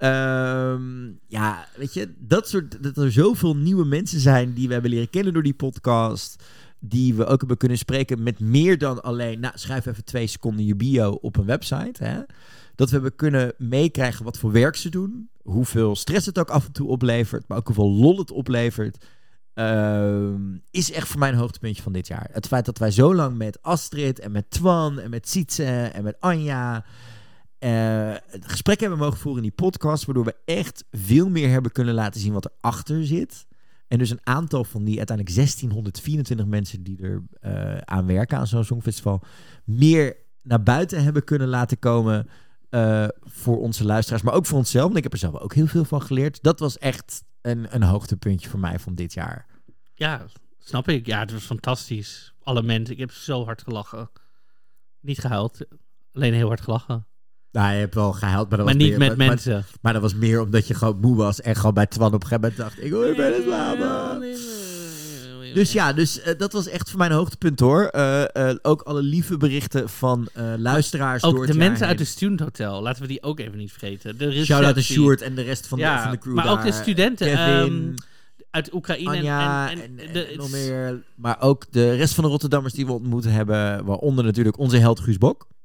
Weet je, dat er zoveel nieuwe mensen zijn die we hebben leren kennen door die podcast, die we ook hebben kunnen spreken met meer dan alleen, schrijf even 2 seconden je bio op een website. Hè? Dat we hebben kunnen meekrijgen wat voor werk ze doen, hoeveel stress het ook af en toe oplevert, maar ook hoeveel lol het oplevert. Is echt voor mij een hoogtepuntje van dit jaar. Het feit dat wij zo lang met Astrid en met Twan en met Sietse en met Anja het gesprek hebben mogen voeren in die podcast, waardoor we echt veel meer hebben kunnen laten zien wat erachter zit. En dus een aantal van die uiteindelijk 1624 mensen die er aan werken aan zo'n songfestival meer naar buiten hebben kunnen laten komen voor onze luisteraars, maar ook voor onszelf. En ik heb er zelf ook heel veel van geleerd. Dat was echt een hoogtepuntje voor mij van dit jaar. Ja, snap ik. Ja, het was fantastisch. Alle mensen. Ik heb zo hard gelachen. Niet gehuild. Alleen heel hard gelachen. Nou, je hebt wel gehuild, maar dat Maar was niet meer, met mensen. Maar dat was meer omdat je gewoon moe was en gewoon bij Twan op een gegeven moment dacht, ik wil weer bij het slapen. Dus dat was echt voor mij een hoogtepunt hoor. Ook alle lieve berichten van luisteraars. Ook door het de jaar mensen uit heen. de Student Hotel. Laten we die ook even niet vergeten. De receptie. Shout-out to Sjoerd en de rest van de crew maar daar. ook de studenten. Kevin, uit Oekraïne Anja en nog meer. Maar ook de rest van de Rotterdammers die we ontmoet hebben. Waaronder natuurlijk onze held Guus Bok.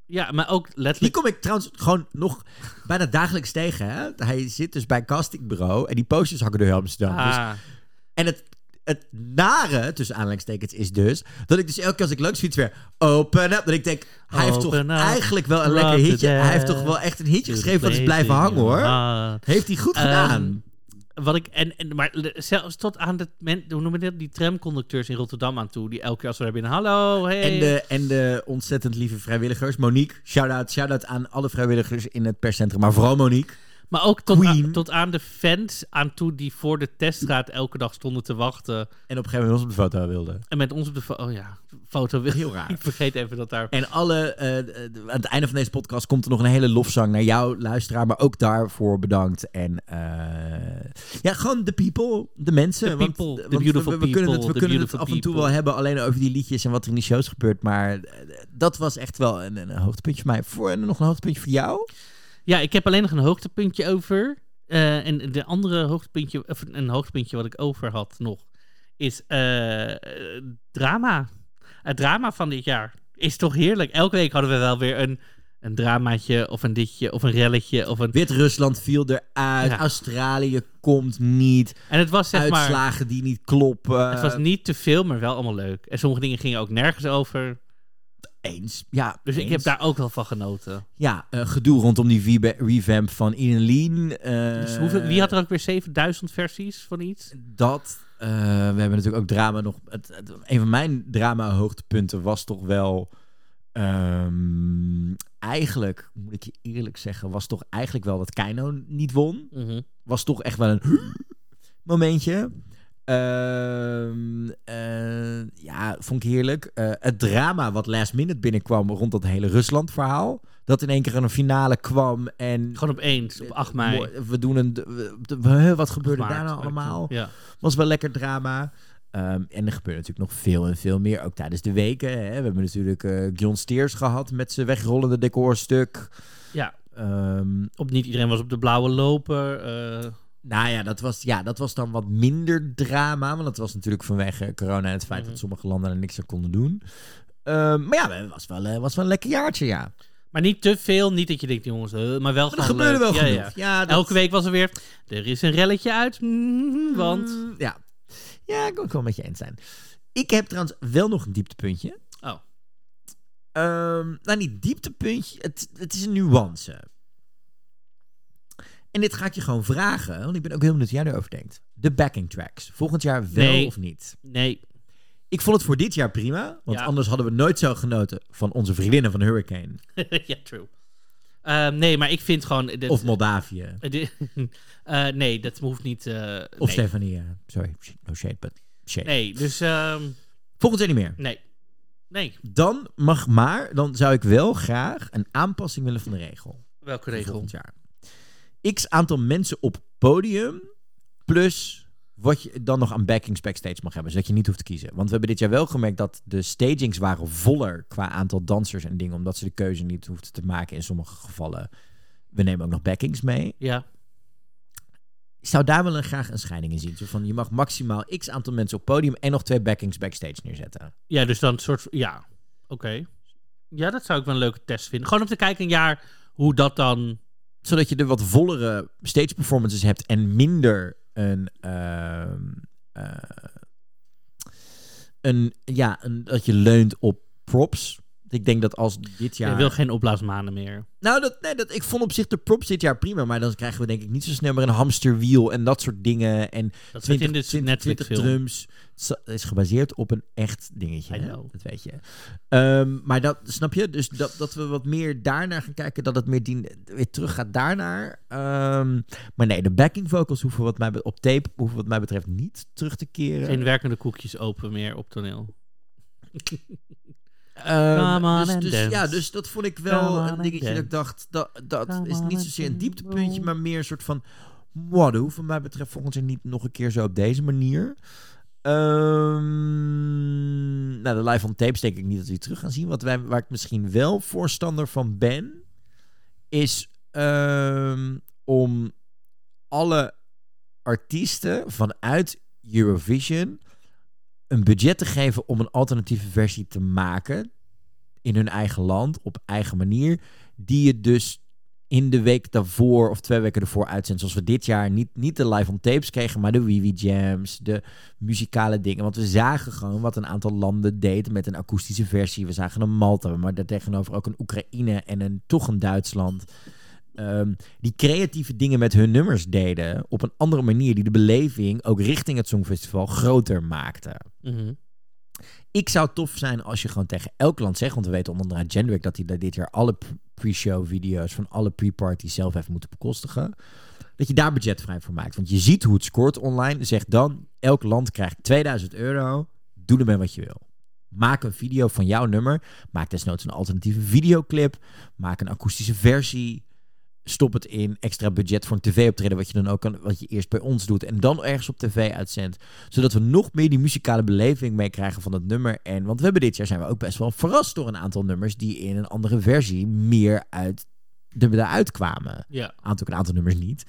Ja, maar ook Die letterlijk... kom ik trouwens gewoon nog bijna dagelijks tegen. Hè? Hij zit dus bij een castingbureau en die posters hangen door heel Amsterdam. Dus, en het nare, tussen aanhalingstekens, is dus dat ik dus elke keer als ik langs fiets weer open up, dat ik denk, hij heeft toch Open up, eigenlijk wel een lekker hitje. Hij heeft toch wel echt een hitje geschreven wat is blijven hangen, hoor. Heeft hij goed gedaan. Wat ik, maar zelfs tot aan hoe noem je dat? Die tramconducteurs in Rotterdam aan toe, die elke keer als we daar binnen, hallo, hey. En de ontzettend lieve vrijwilligers. Monique, shout-out aan alle vrijwilligers in het perscentrum, maar vooral Monique. Maar ook Queen. tot aan de fans aan toe die voor de teststraat elke dag stonden te wachten. En op een gegeven moment ons op de foto wilden. En met ons op de foto wilden. Heel raar. Ik vergeet even dat daar... En aan het einde van deze podcast komt er nog een hele lofzang naar jou, luisteraar. Maar ook daarvoor bedankt. En gewoon de people, de mensen. The people, want the beautiful we kunnen people, het, the af en beautiful toe people. wel hebben alleen over die liedjes en wat er in die shows gebeurt. Maar dat was echt wel een hoogtepuntje voor mij. Nog een hoogtepuntje voor jou? Ja, ik heb alleen nog een hoogtepuntje over. En de andere hoogtepuntje, of een hoogtepuntje wat ik over had nog, is drama. Het drama van dit jaar is toch heerlijk. Elke week hadden we wel weer een dramaatje of een ditje of een relletje of een... Wit-Rusland viel eruit. Ja. Australië komt niet. En het was zeg maar... Uitslagen die niet kloppen. Het was niet te veel, maar wel allemaal leuk. En sommige dingen gingen ook nergens over. Eens. Ja, Dus eens. ik heb daar ook wel van genoten. Ja, gedoe rondom die revamp van Ian Lean. Dus wie had er ook weer 7000 versies van iets? Dat. We hebben natuurlijk ook drama nog. Een van mijn drama-hoogtepunten was toch wel... eigenlijk, moet ik je eerlijk zeggen, was toch eigenlijk wel dat Keino niet won. Was toch echt wel een momentje. Ja, vond ik heerlijk. Het drama wat last minute binnenkwam rond dat hele Rusland-verhaal. Dat in één keer een finale kwam en... Gewoon opeens, op 8 mei. We doen wat gebeurde daar nou allemaal? Ja. Was wel lekker drama. En er gebeurt natuurlijk nog veel en veel meer, ook tijdens de weken. Hè. We hebben natuurlijk Gjon Steers gehad met zijn wegrollende decorstuk. Ja. Op niet iedereen was op de blauwe loper. Nou ja, dat was dan wat minder drama. Want dat was natuurlijk vanwege corona en het feit dat sommige landen er niks aan konden doen. Maar ja, het was wel een lekker jaartje, ja. Maar niet te veel, niet dat je denkt, jongens, maar wel Maar er gewoon gebeurde leuk. wel Ja, genoeg. ja. Ja, Elke week was er weer, er is een relletje uit, want... Ja, ik kan het wel met je eens zijn. Ik heb trouwens wel nog een dieptepuntje. Oh. Nou, niet dieptepuntje, het is een nuance. En dit ga ik je gewoon vragen, want ik ben ook heel benieuwd hoe jij erover denkt. De backing tracks. Volgend jaar wel of niet? Nee. Ik vond het voor dit jaar prima, want anders hadden we nooit zo genoten van onze vriendinnen van Hurricane. Ja, true. Nee, maar ik vind gewoon... Of Moldavië. Nee, dat hoeft niet... Of nee. Stefanie. Sorry, no shade, but shade. Nee, dus... Volgend jaar niet meer. Nee. Dan zou ik wel graag een aanpassing willen van de regel. Welke Voor regel? volgend jaar. X aantal mensen op podium plus wat je dan nog aan backings backstage mag hebben, zodat je niet hoeft te kiezen. Want we hebben dit jaar wel gemerkt dat de stagings waren voller qua aantal dansers en dingen, omdat ze de keuze niet hoefden te maken in sommige gevallen. We nemen ook nog backings mee. Ja. Ik zou daar wel graag een scheiding in zien. Zo van, je mag maximaal x aantal mensen op podium en nog 2 backings backstage neerzetten. Ja, dus dan een soort... Ja, oké. Ja, dat zou ik wel een leuke test vinden. Gewoon om te kijken een jaar hoe dat dan... Zodat je de wat vollere stage performances hebt en minder dat je leunt op props. Ik denk dat als dit jaar... Je wil geen opblaasmanen meer. Nou, ik vond op zich de props dit jaar prima. Maar dan krijgen we denk ik niet zo snel meer een hamsterwiel en dat soort dingen. En Dat zit in de Netflix-film. drums. Het is gebaseerd op een echt dingetje. I Hè? know. Dat weet je. Maar dat, snap je? Dus dat we wat meer daarnaar gaan kijken. Dat het meer weer terug gaat daarnaar. Maar nee, de backing vocals hoeven op tape hoeven wat mij betreft niet terug te keren. Geen werkende koekjes open meer op toneel. Dus dat vond ik wel een dingetje dat ik dacht, dat is niet zozeer een dieptepuntje, maar meer een soort van, dat hoeft wat mij betreft volgens mij niet nog een keer zo op deze manier. De live on tapes denk ik niet dat we die terug gaan zien. Waar ik misschien wel voorstander van ben, is om alle artiesten vanuit Eurovision een budget te geven om een alternatieve versie te maken. in hun eigen land, op eigen manier, die je dus in de week daarvoor of 2 weken ervoor uitzendt. Zoals we dit jaar niet de live on tapes kregen, maar de Wiwi Jams, de muzikale dingen. Want we zagen gewoon wat een aantal landen deden met een akoestische versie. We zagen een Malta, maar daartegenover ook een Oekraïne en toch een Duitsland. Die creatieve dingen met hun nummers deden op een andere manier, die de beleving ook richting het Songfestival groter maakte. Mhm. Ik zou het tof zijn als je gewoon tegen elk land zegt, want we weten onder andere Jendrik dat hij dit jaar alle pre-show video's van alle pre-parties zelf heeft moeten bekostigen. Dat je daar budgetvrij voor maakt. Want je ziet hoe het scoort online. Zeg dan, elk land krijgt €2000. Doe ermee wat je wil. Maak een video van jouw nummer. Maak desnoods een alternatieve videoclip. Maak een akoestische versie. Stop het in extra budget voor een tv-optreden, wat je dan ook wat je eerst bij ons doet en dan ergens op tv uitzendt, zodat we nog meer die muzikale beleving meekrijgen van het nummer. En want we hebben dit jaar zijn we ook best wel verrast door een aantal nummers die in een andere versie meer eruit kwamen. Ja. Ook een aantal nummers niet.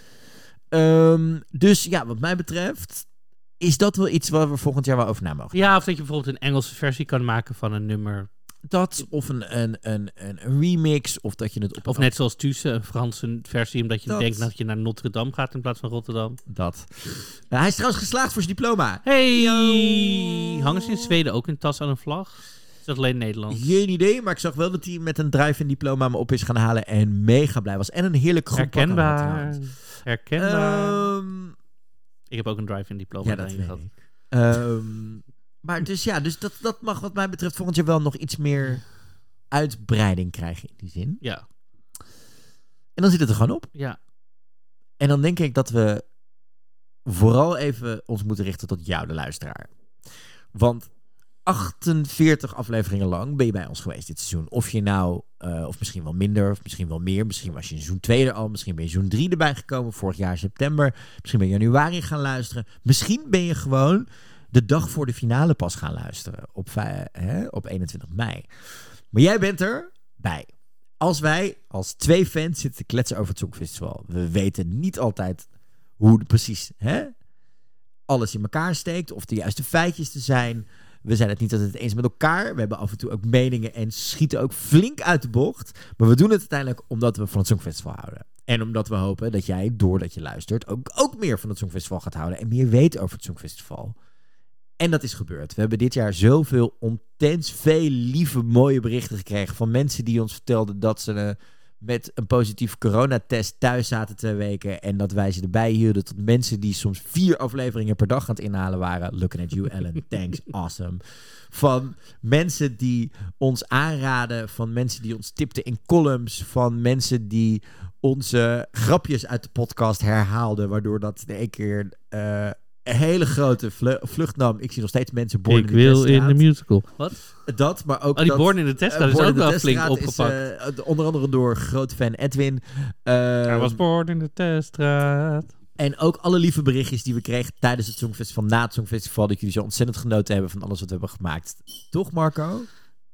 Dus ja, wat mij betreft is dat wel iets waar we volgend jaar wel over na mogen. Ja, of dat je bijvoorbeeld een Engelse versie kan maken van een nummer. Dat, of een remix, of dat je het op Of net zoals Tusse, een Franse versie, omdat je Dat. denkt dat je naar Notre Dame gaat in plaats van Rotterdam. dat. Hij is trouwens geslaagd voor zijn diploma. Hey! Hangen ze in Zweden ook een tas aan een vlag? Is dat alleen Nederland? Geen idee, maar ik zag wel dat hij met een drive-in diploma me op is gaan halen en mega blij was. En een heerlijk groen pak aan had Herkenbaar. trouwens. Herkenbaar. Ik heb ook een drive-in diploma Ja, dat daarin weet gehad. ik. Maar dus ja, dus dat mag wat mij betreft volgend jaar wel nog iets meer uitbreiding krijgen in die zin. Ja. En dan zit het er gewoon op. Ja. En dan denk ik dat we vooral even ons moeten richten tot jou, de luisteraar. Want 48 afleveringen lang ben je bij ons geweest dit seizoen. Of je nou, of misschien wel minder, of misschien wel meer. Misschien was je in seizoen 2 er al. Misschien ben je seizoen 3 erbij gekomen. Vorig jaar september. Misschien ben je januari gaan luisteren. Misschien ben je gewoon de dag voor de finale pas gaan luisteren. Op 21 mei. Maar jij bent erbij. Als wij als 2 fans zitten te kletsen over het Songfestival. We weten niet altijd hoe precies alles in elkaar steekt. Of de juiste feitjes te zijn. We zijn het niet altijd eens met elkaar. We hebben af en toe ook meningen en schieten ook flink uit de bocht. Maar we doen het uiteindelijk omdat we van het Songfestival houden. En omdat we hopen dat jij, doordat je luistert, ook meer van het Songfestival gaat houden. En meer weet over het Songfestival. En dat is gebeurd. We hebben dit jaar zoveel intens veel lieve, mooie berichten gekregen van mensen die ons vertelden dat ze met een positieve coronatest thuis zaten 2 weken en dat wij ze erbij hielden, tot mensen die soms 4 afleveringen per dag aan het inhalen waren. Looking at you, Ellen. Thanks. Awesome. Van mensen die ons aanraden, van mensen die ons tipten in columns, van mensen die onze grapjes uit de podcast herhaalden, waardoor dat in één keer een hele grote vlucht nam. Ik zie nog steeds mensen Born Ik wil in de musical. Wat? Dat, maar ook Oh, die Born in de Teststraat is Born ook in de wel flink Teststraat opgepakt. is, onder andere door groot fan Edwin. Hij was Born in de Teststraat. En ook alle lieve berichtjes die we kregen tijdens het Songfestival, na het Songfestival, dat jullie zo ontzettend genoten hebben van alles wat we hebben gemaakt. Toch, Marco?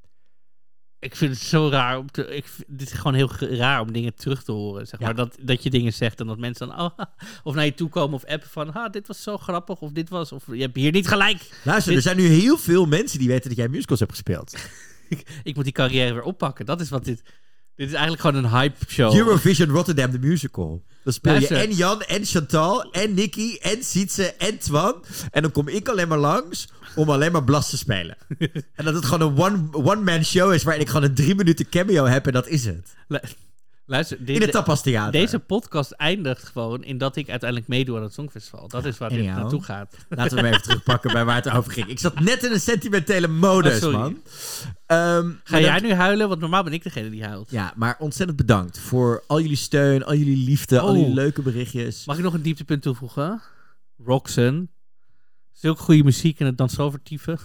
Ik vind het zo raar. Dit is gewoon heel raar om dingen terug te horen. Zeg maar. Dat je dingen zegt en dat mensen dan of naar je toe komen of appen van dit was zo grappig of dit was, of je hebt hier niet gelijk. Luister, er zijn nu heel veel mensen die weten dat jij musicals hebt gespeeld. Ik moet die carrière weer oppakken. Dat is wat dit is eigenlijk gewoon een hype show. Eurovision Rotterdam, de musical. Dan speel je Luister. en Jan, en Chantal, en Nicky, en Sietse, en Twan. En dan kom ik alleen maar langs om alleen maar Blas te spelen. En dat het gewoon een one-man show is waarin ik gewoon een 3 minuten cameo heb en dat is het. Luister, In het Tapas Theater. Deze podcast eindigt gewoon in dat ik uiteindelijk meedoe aan het Songfestival. Dat is waar dit anyhow. naartoe gaat. Laten we hem even terugpakken bij waar het over ging. Ik zat net in een sentimentele modus, sorry. man. Ga jij nu huilen? Want normaal ben ik degene die huilt. Ja, maar ontzettend bedankt voor al jullie steun, al jullie liefde, al jullie leuke berichtjes. Mag ik nog een dieptepunt toevoegen? Roxanne. Zulke goede muziek en het dansovertieven.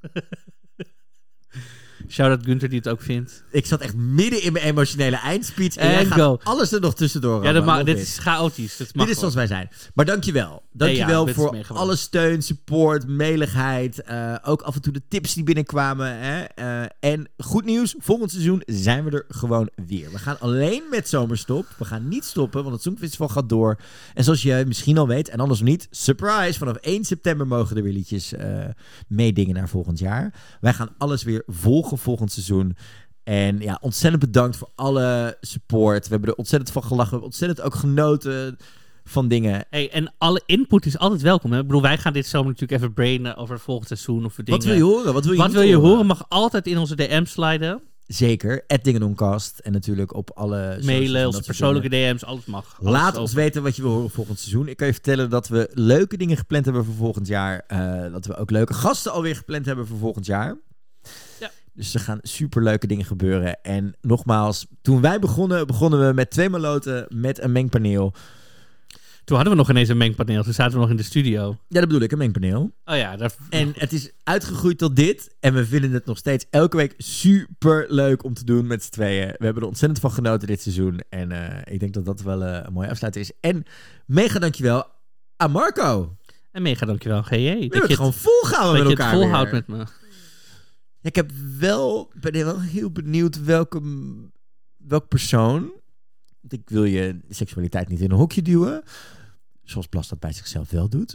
Shout-out Gunther die het ook vindt. Ik zat echt midden in mijn emotionele eindspeech en En jij go. gaat alles er nog tussendoor. Ja, rammen. dit Love is it. chaotisch. Dat mag Dit is gewoon. zoals wij zijn. Maar dankjewel. Dankjewel Nee, ja, best voor meegebracht. alle steun, support, meligheid. Ook af en toe de tips die binnenkwamen. En goed nieuws, volgend seizoen zijn we er gewoon weer. We gaan alleen met zomerstop. We gaan niet stoppen, want het Songfestival gaat door. En zoals je misschien al weet, en anders niet, surprise, vanaf 1 september mogen er weer liedjes meedingen naar volgend jaar. Wij gaan alles weer volgen volgen volgend seizoen. En ja, ontzettend bedankt voor alle support. We hebben er ontzettend van gelachen. We hebben ontzettend ook genoten van dingen. Hey, en alle input is altijd welkom. Hè? Ik bedoel, wij gaan dit zomer natuurlijk even brainen over het volgende seizoen. Of dingen. Wat wil je horen? Wat wil je, Wat niet wil je horen? horen? Mag altijd in onze DM sliden. Zeker. @dingedoncast. En natuurlijk op alle socials en Mailen, dat onze soort persoonlijke dingen. DM's, alles mag. Alles Laat open. ons weten wat je wil horen volgend seizoen. Ik kan je vertellen dat we leuke dingen gepland hebben voor volgend jaar. Dat we ook leuke gasten alweer gepland hebben voor volgend jaar. Ja. Dus er gaan superleuke dingen gebeuren. En nogmaals, toen wij begonnen we met 2 maloten met een mengpaneel. Toen hadden we nog ineens een mengpaneel. Toen zaten we nog in de studio. Ja, dat bedoel ik, een mengpaneel. Oh ja, daar... En het is uitgegroeid tot dit. En we vinden het nog steeds elke week super leuk om te doen met z'n tweeën. We hebben er ontzettend van genoten dit seizoen. En ik denk dat dat wel een mooie afsluiting is. En mega dankjewel aan Marco. En mega dankjewel, GJ. We Dat hebben je het gewoon volgehouden met dat je het elkaar volhoudt weer. met me. Ik ben wel heel benieuwd welk persoon. Want ik wil je seksualiteit niet in een hokje duwen. Zoals Blas dat bij zichzelf wel doet.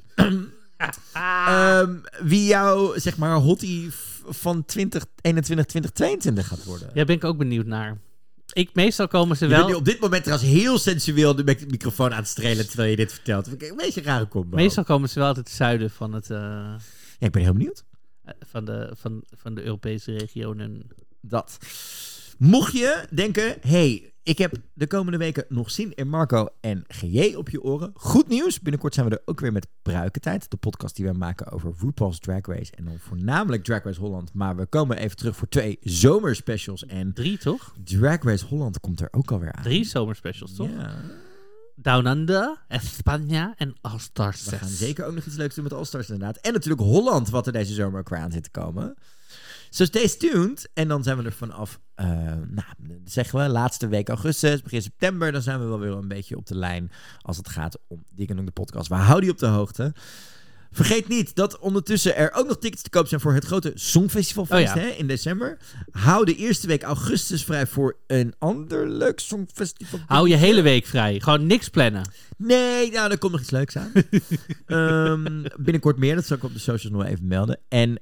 Wie jouw, zeg maar, hottie van 2021, 2022 gaat worden. Daar ben ik ook benieuwd naar. Meestal komen ze Je bent wel... nu op dit moment trouwens heel sensueel de microfoon aan het strelen terwijl je dit vertelt. Vind ik een beetje een rare combo. Meestal komen ze wel uit het zuiden van het... Ja, ik ben heel benieuwd. van de Europese regionen. Dat. Mocht je denken, hey, ik heb de komende weken nog zin in Marco en GJ op je oren. Goed nieuws. Binnenkort zijn we er ook weer met Pruikentijd. De podcast die we maken over RuPaul's Drag Race. En dan voornamelijk Drag Race Holland. Maar we komen even terug voor 2 zomerspecials. En 3, toch? Drag Race Holland komt er ook alweer aan. 3 zomerspecials, toch? Ja. Down Under, España en All Stars 6. We gaan zeker ook nog iets leuks doen met All Stars inderdaad. En natuurlijk Holland, wat er deze zomer ook weer aan zit te komen. So stay tuned. En dan zijn we er vanaf, zeggen we, laatste week augustus, begin september. Dan zijn we wel weer een beetje op de lijn als het gaat om Dingendong de podcast. We houden je op de hoogte. Vergeet niet dat ondertussen er ook nog tickets te koop zijn voor het grote Songfestivalfeest in december. Hou de eerste week augustus vrij voor een ander leuk Songfestival. Hou je hele week vrij. Gewoon niks plannen. Nee, nou, er komt nog iets leuks aan. Binnenkort meer, dat zal ik op de socials nog even melden. En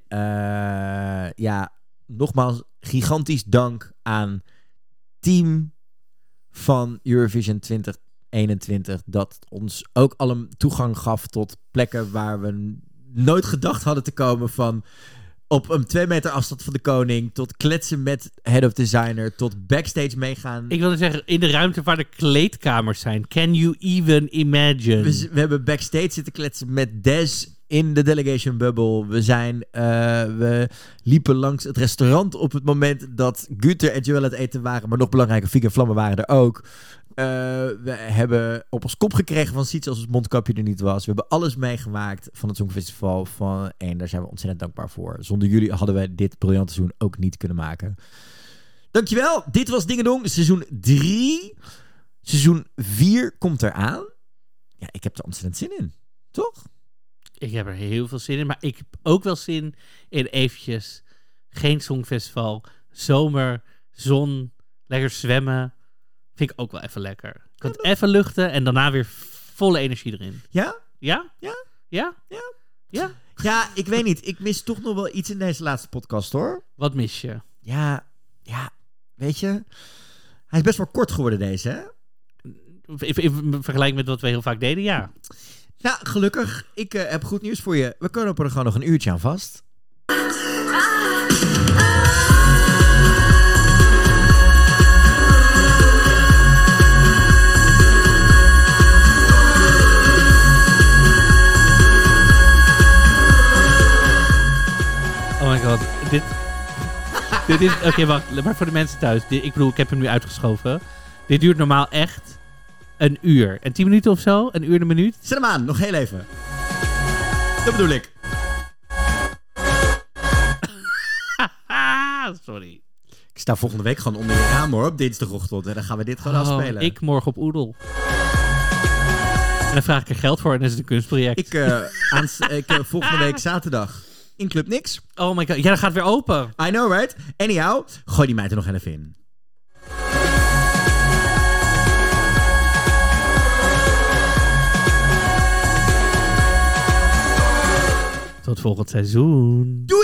nogmaals, gigantisch dank aan team van Eurovision 2021 dat ons ook al een toegang gaf tot plekken waar we nooit gedacht hadden te komen, van op een 2 meter afstand van de koning, tot kletsen met head of designer, tot backstage meegaan. Ik wilde zeggen, in de ruimte waar de kleedkamers zijn. Can you even imagine? We hebben backstage zitten kletsen met Des in de delegation bubble. We liepen langs het restaurant op het moment dat Guter en Joelle het eten waren, maar nog belangrijker, Fieke en Vlammen waren er ook. We hebben op ons kop gekregen van Siets als het mondkapje er niet was. We hebben alles meegemaakt van het Songfestival. En daar zijn we ontzettend dankbaar voor. Zonder jullie hadden wij dit briljante seizoen ook niet kunnen maken. Dankjewel. Dit was Dingendong, seizoen 3. Seizoen 4 komt eraan. Ja, ik heb er ontzettend zin in. Toch? Ik heb er heel veel zin in. Maar ik heb ook wel zin in eventjes geen Songfestival. Zomer, zon, lekker zwemmen. Vind ik ook wel even lekker. Ik kan het even luchten en daarna weer volle energie erin. Ja? Ja? Ja? Ja? Ja? Ja? Ja, ik weet niet. Ik mis toch nog wel iets in deze laatste podcast, hoor. Wat mis je? Ja, weet je. Hij is best wel kort geworden, deze, hè? In vergelijking met wat we heel vaak deden, ja. Nou, gelukkig. Ik heb goed nieuws voor je. We kunnen er gewoon nog een uurtje aan vast. Oh my god, dit is... Oké, wacht, maar voor de mensen thuis. Ik bedoel, ik heb hem nu uitgeschoven. Dit duurt normaal echt een uur. En 10 minuten of zo? Een uur en een minuut? Zet hem aan, nog heel even. Dat bedoel ik. Sorry. Ik sta volgende week gewoon onder je raam, hoor, op dinsdagochtend. En dan gaan we dit gewoon afspelen. Ik morgen op Oedel. En dan vraag ik er geld voor en dan is het een kunstproject. Volgende week zaterdag in Club Niks. Oh my god, ja, dat gaat weer open. I know, right? Anyhow, gooi die meid er nog even in. Tot volgend seizoen. Doei!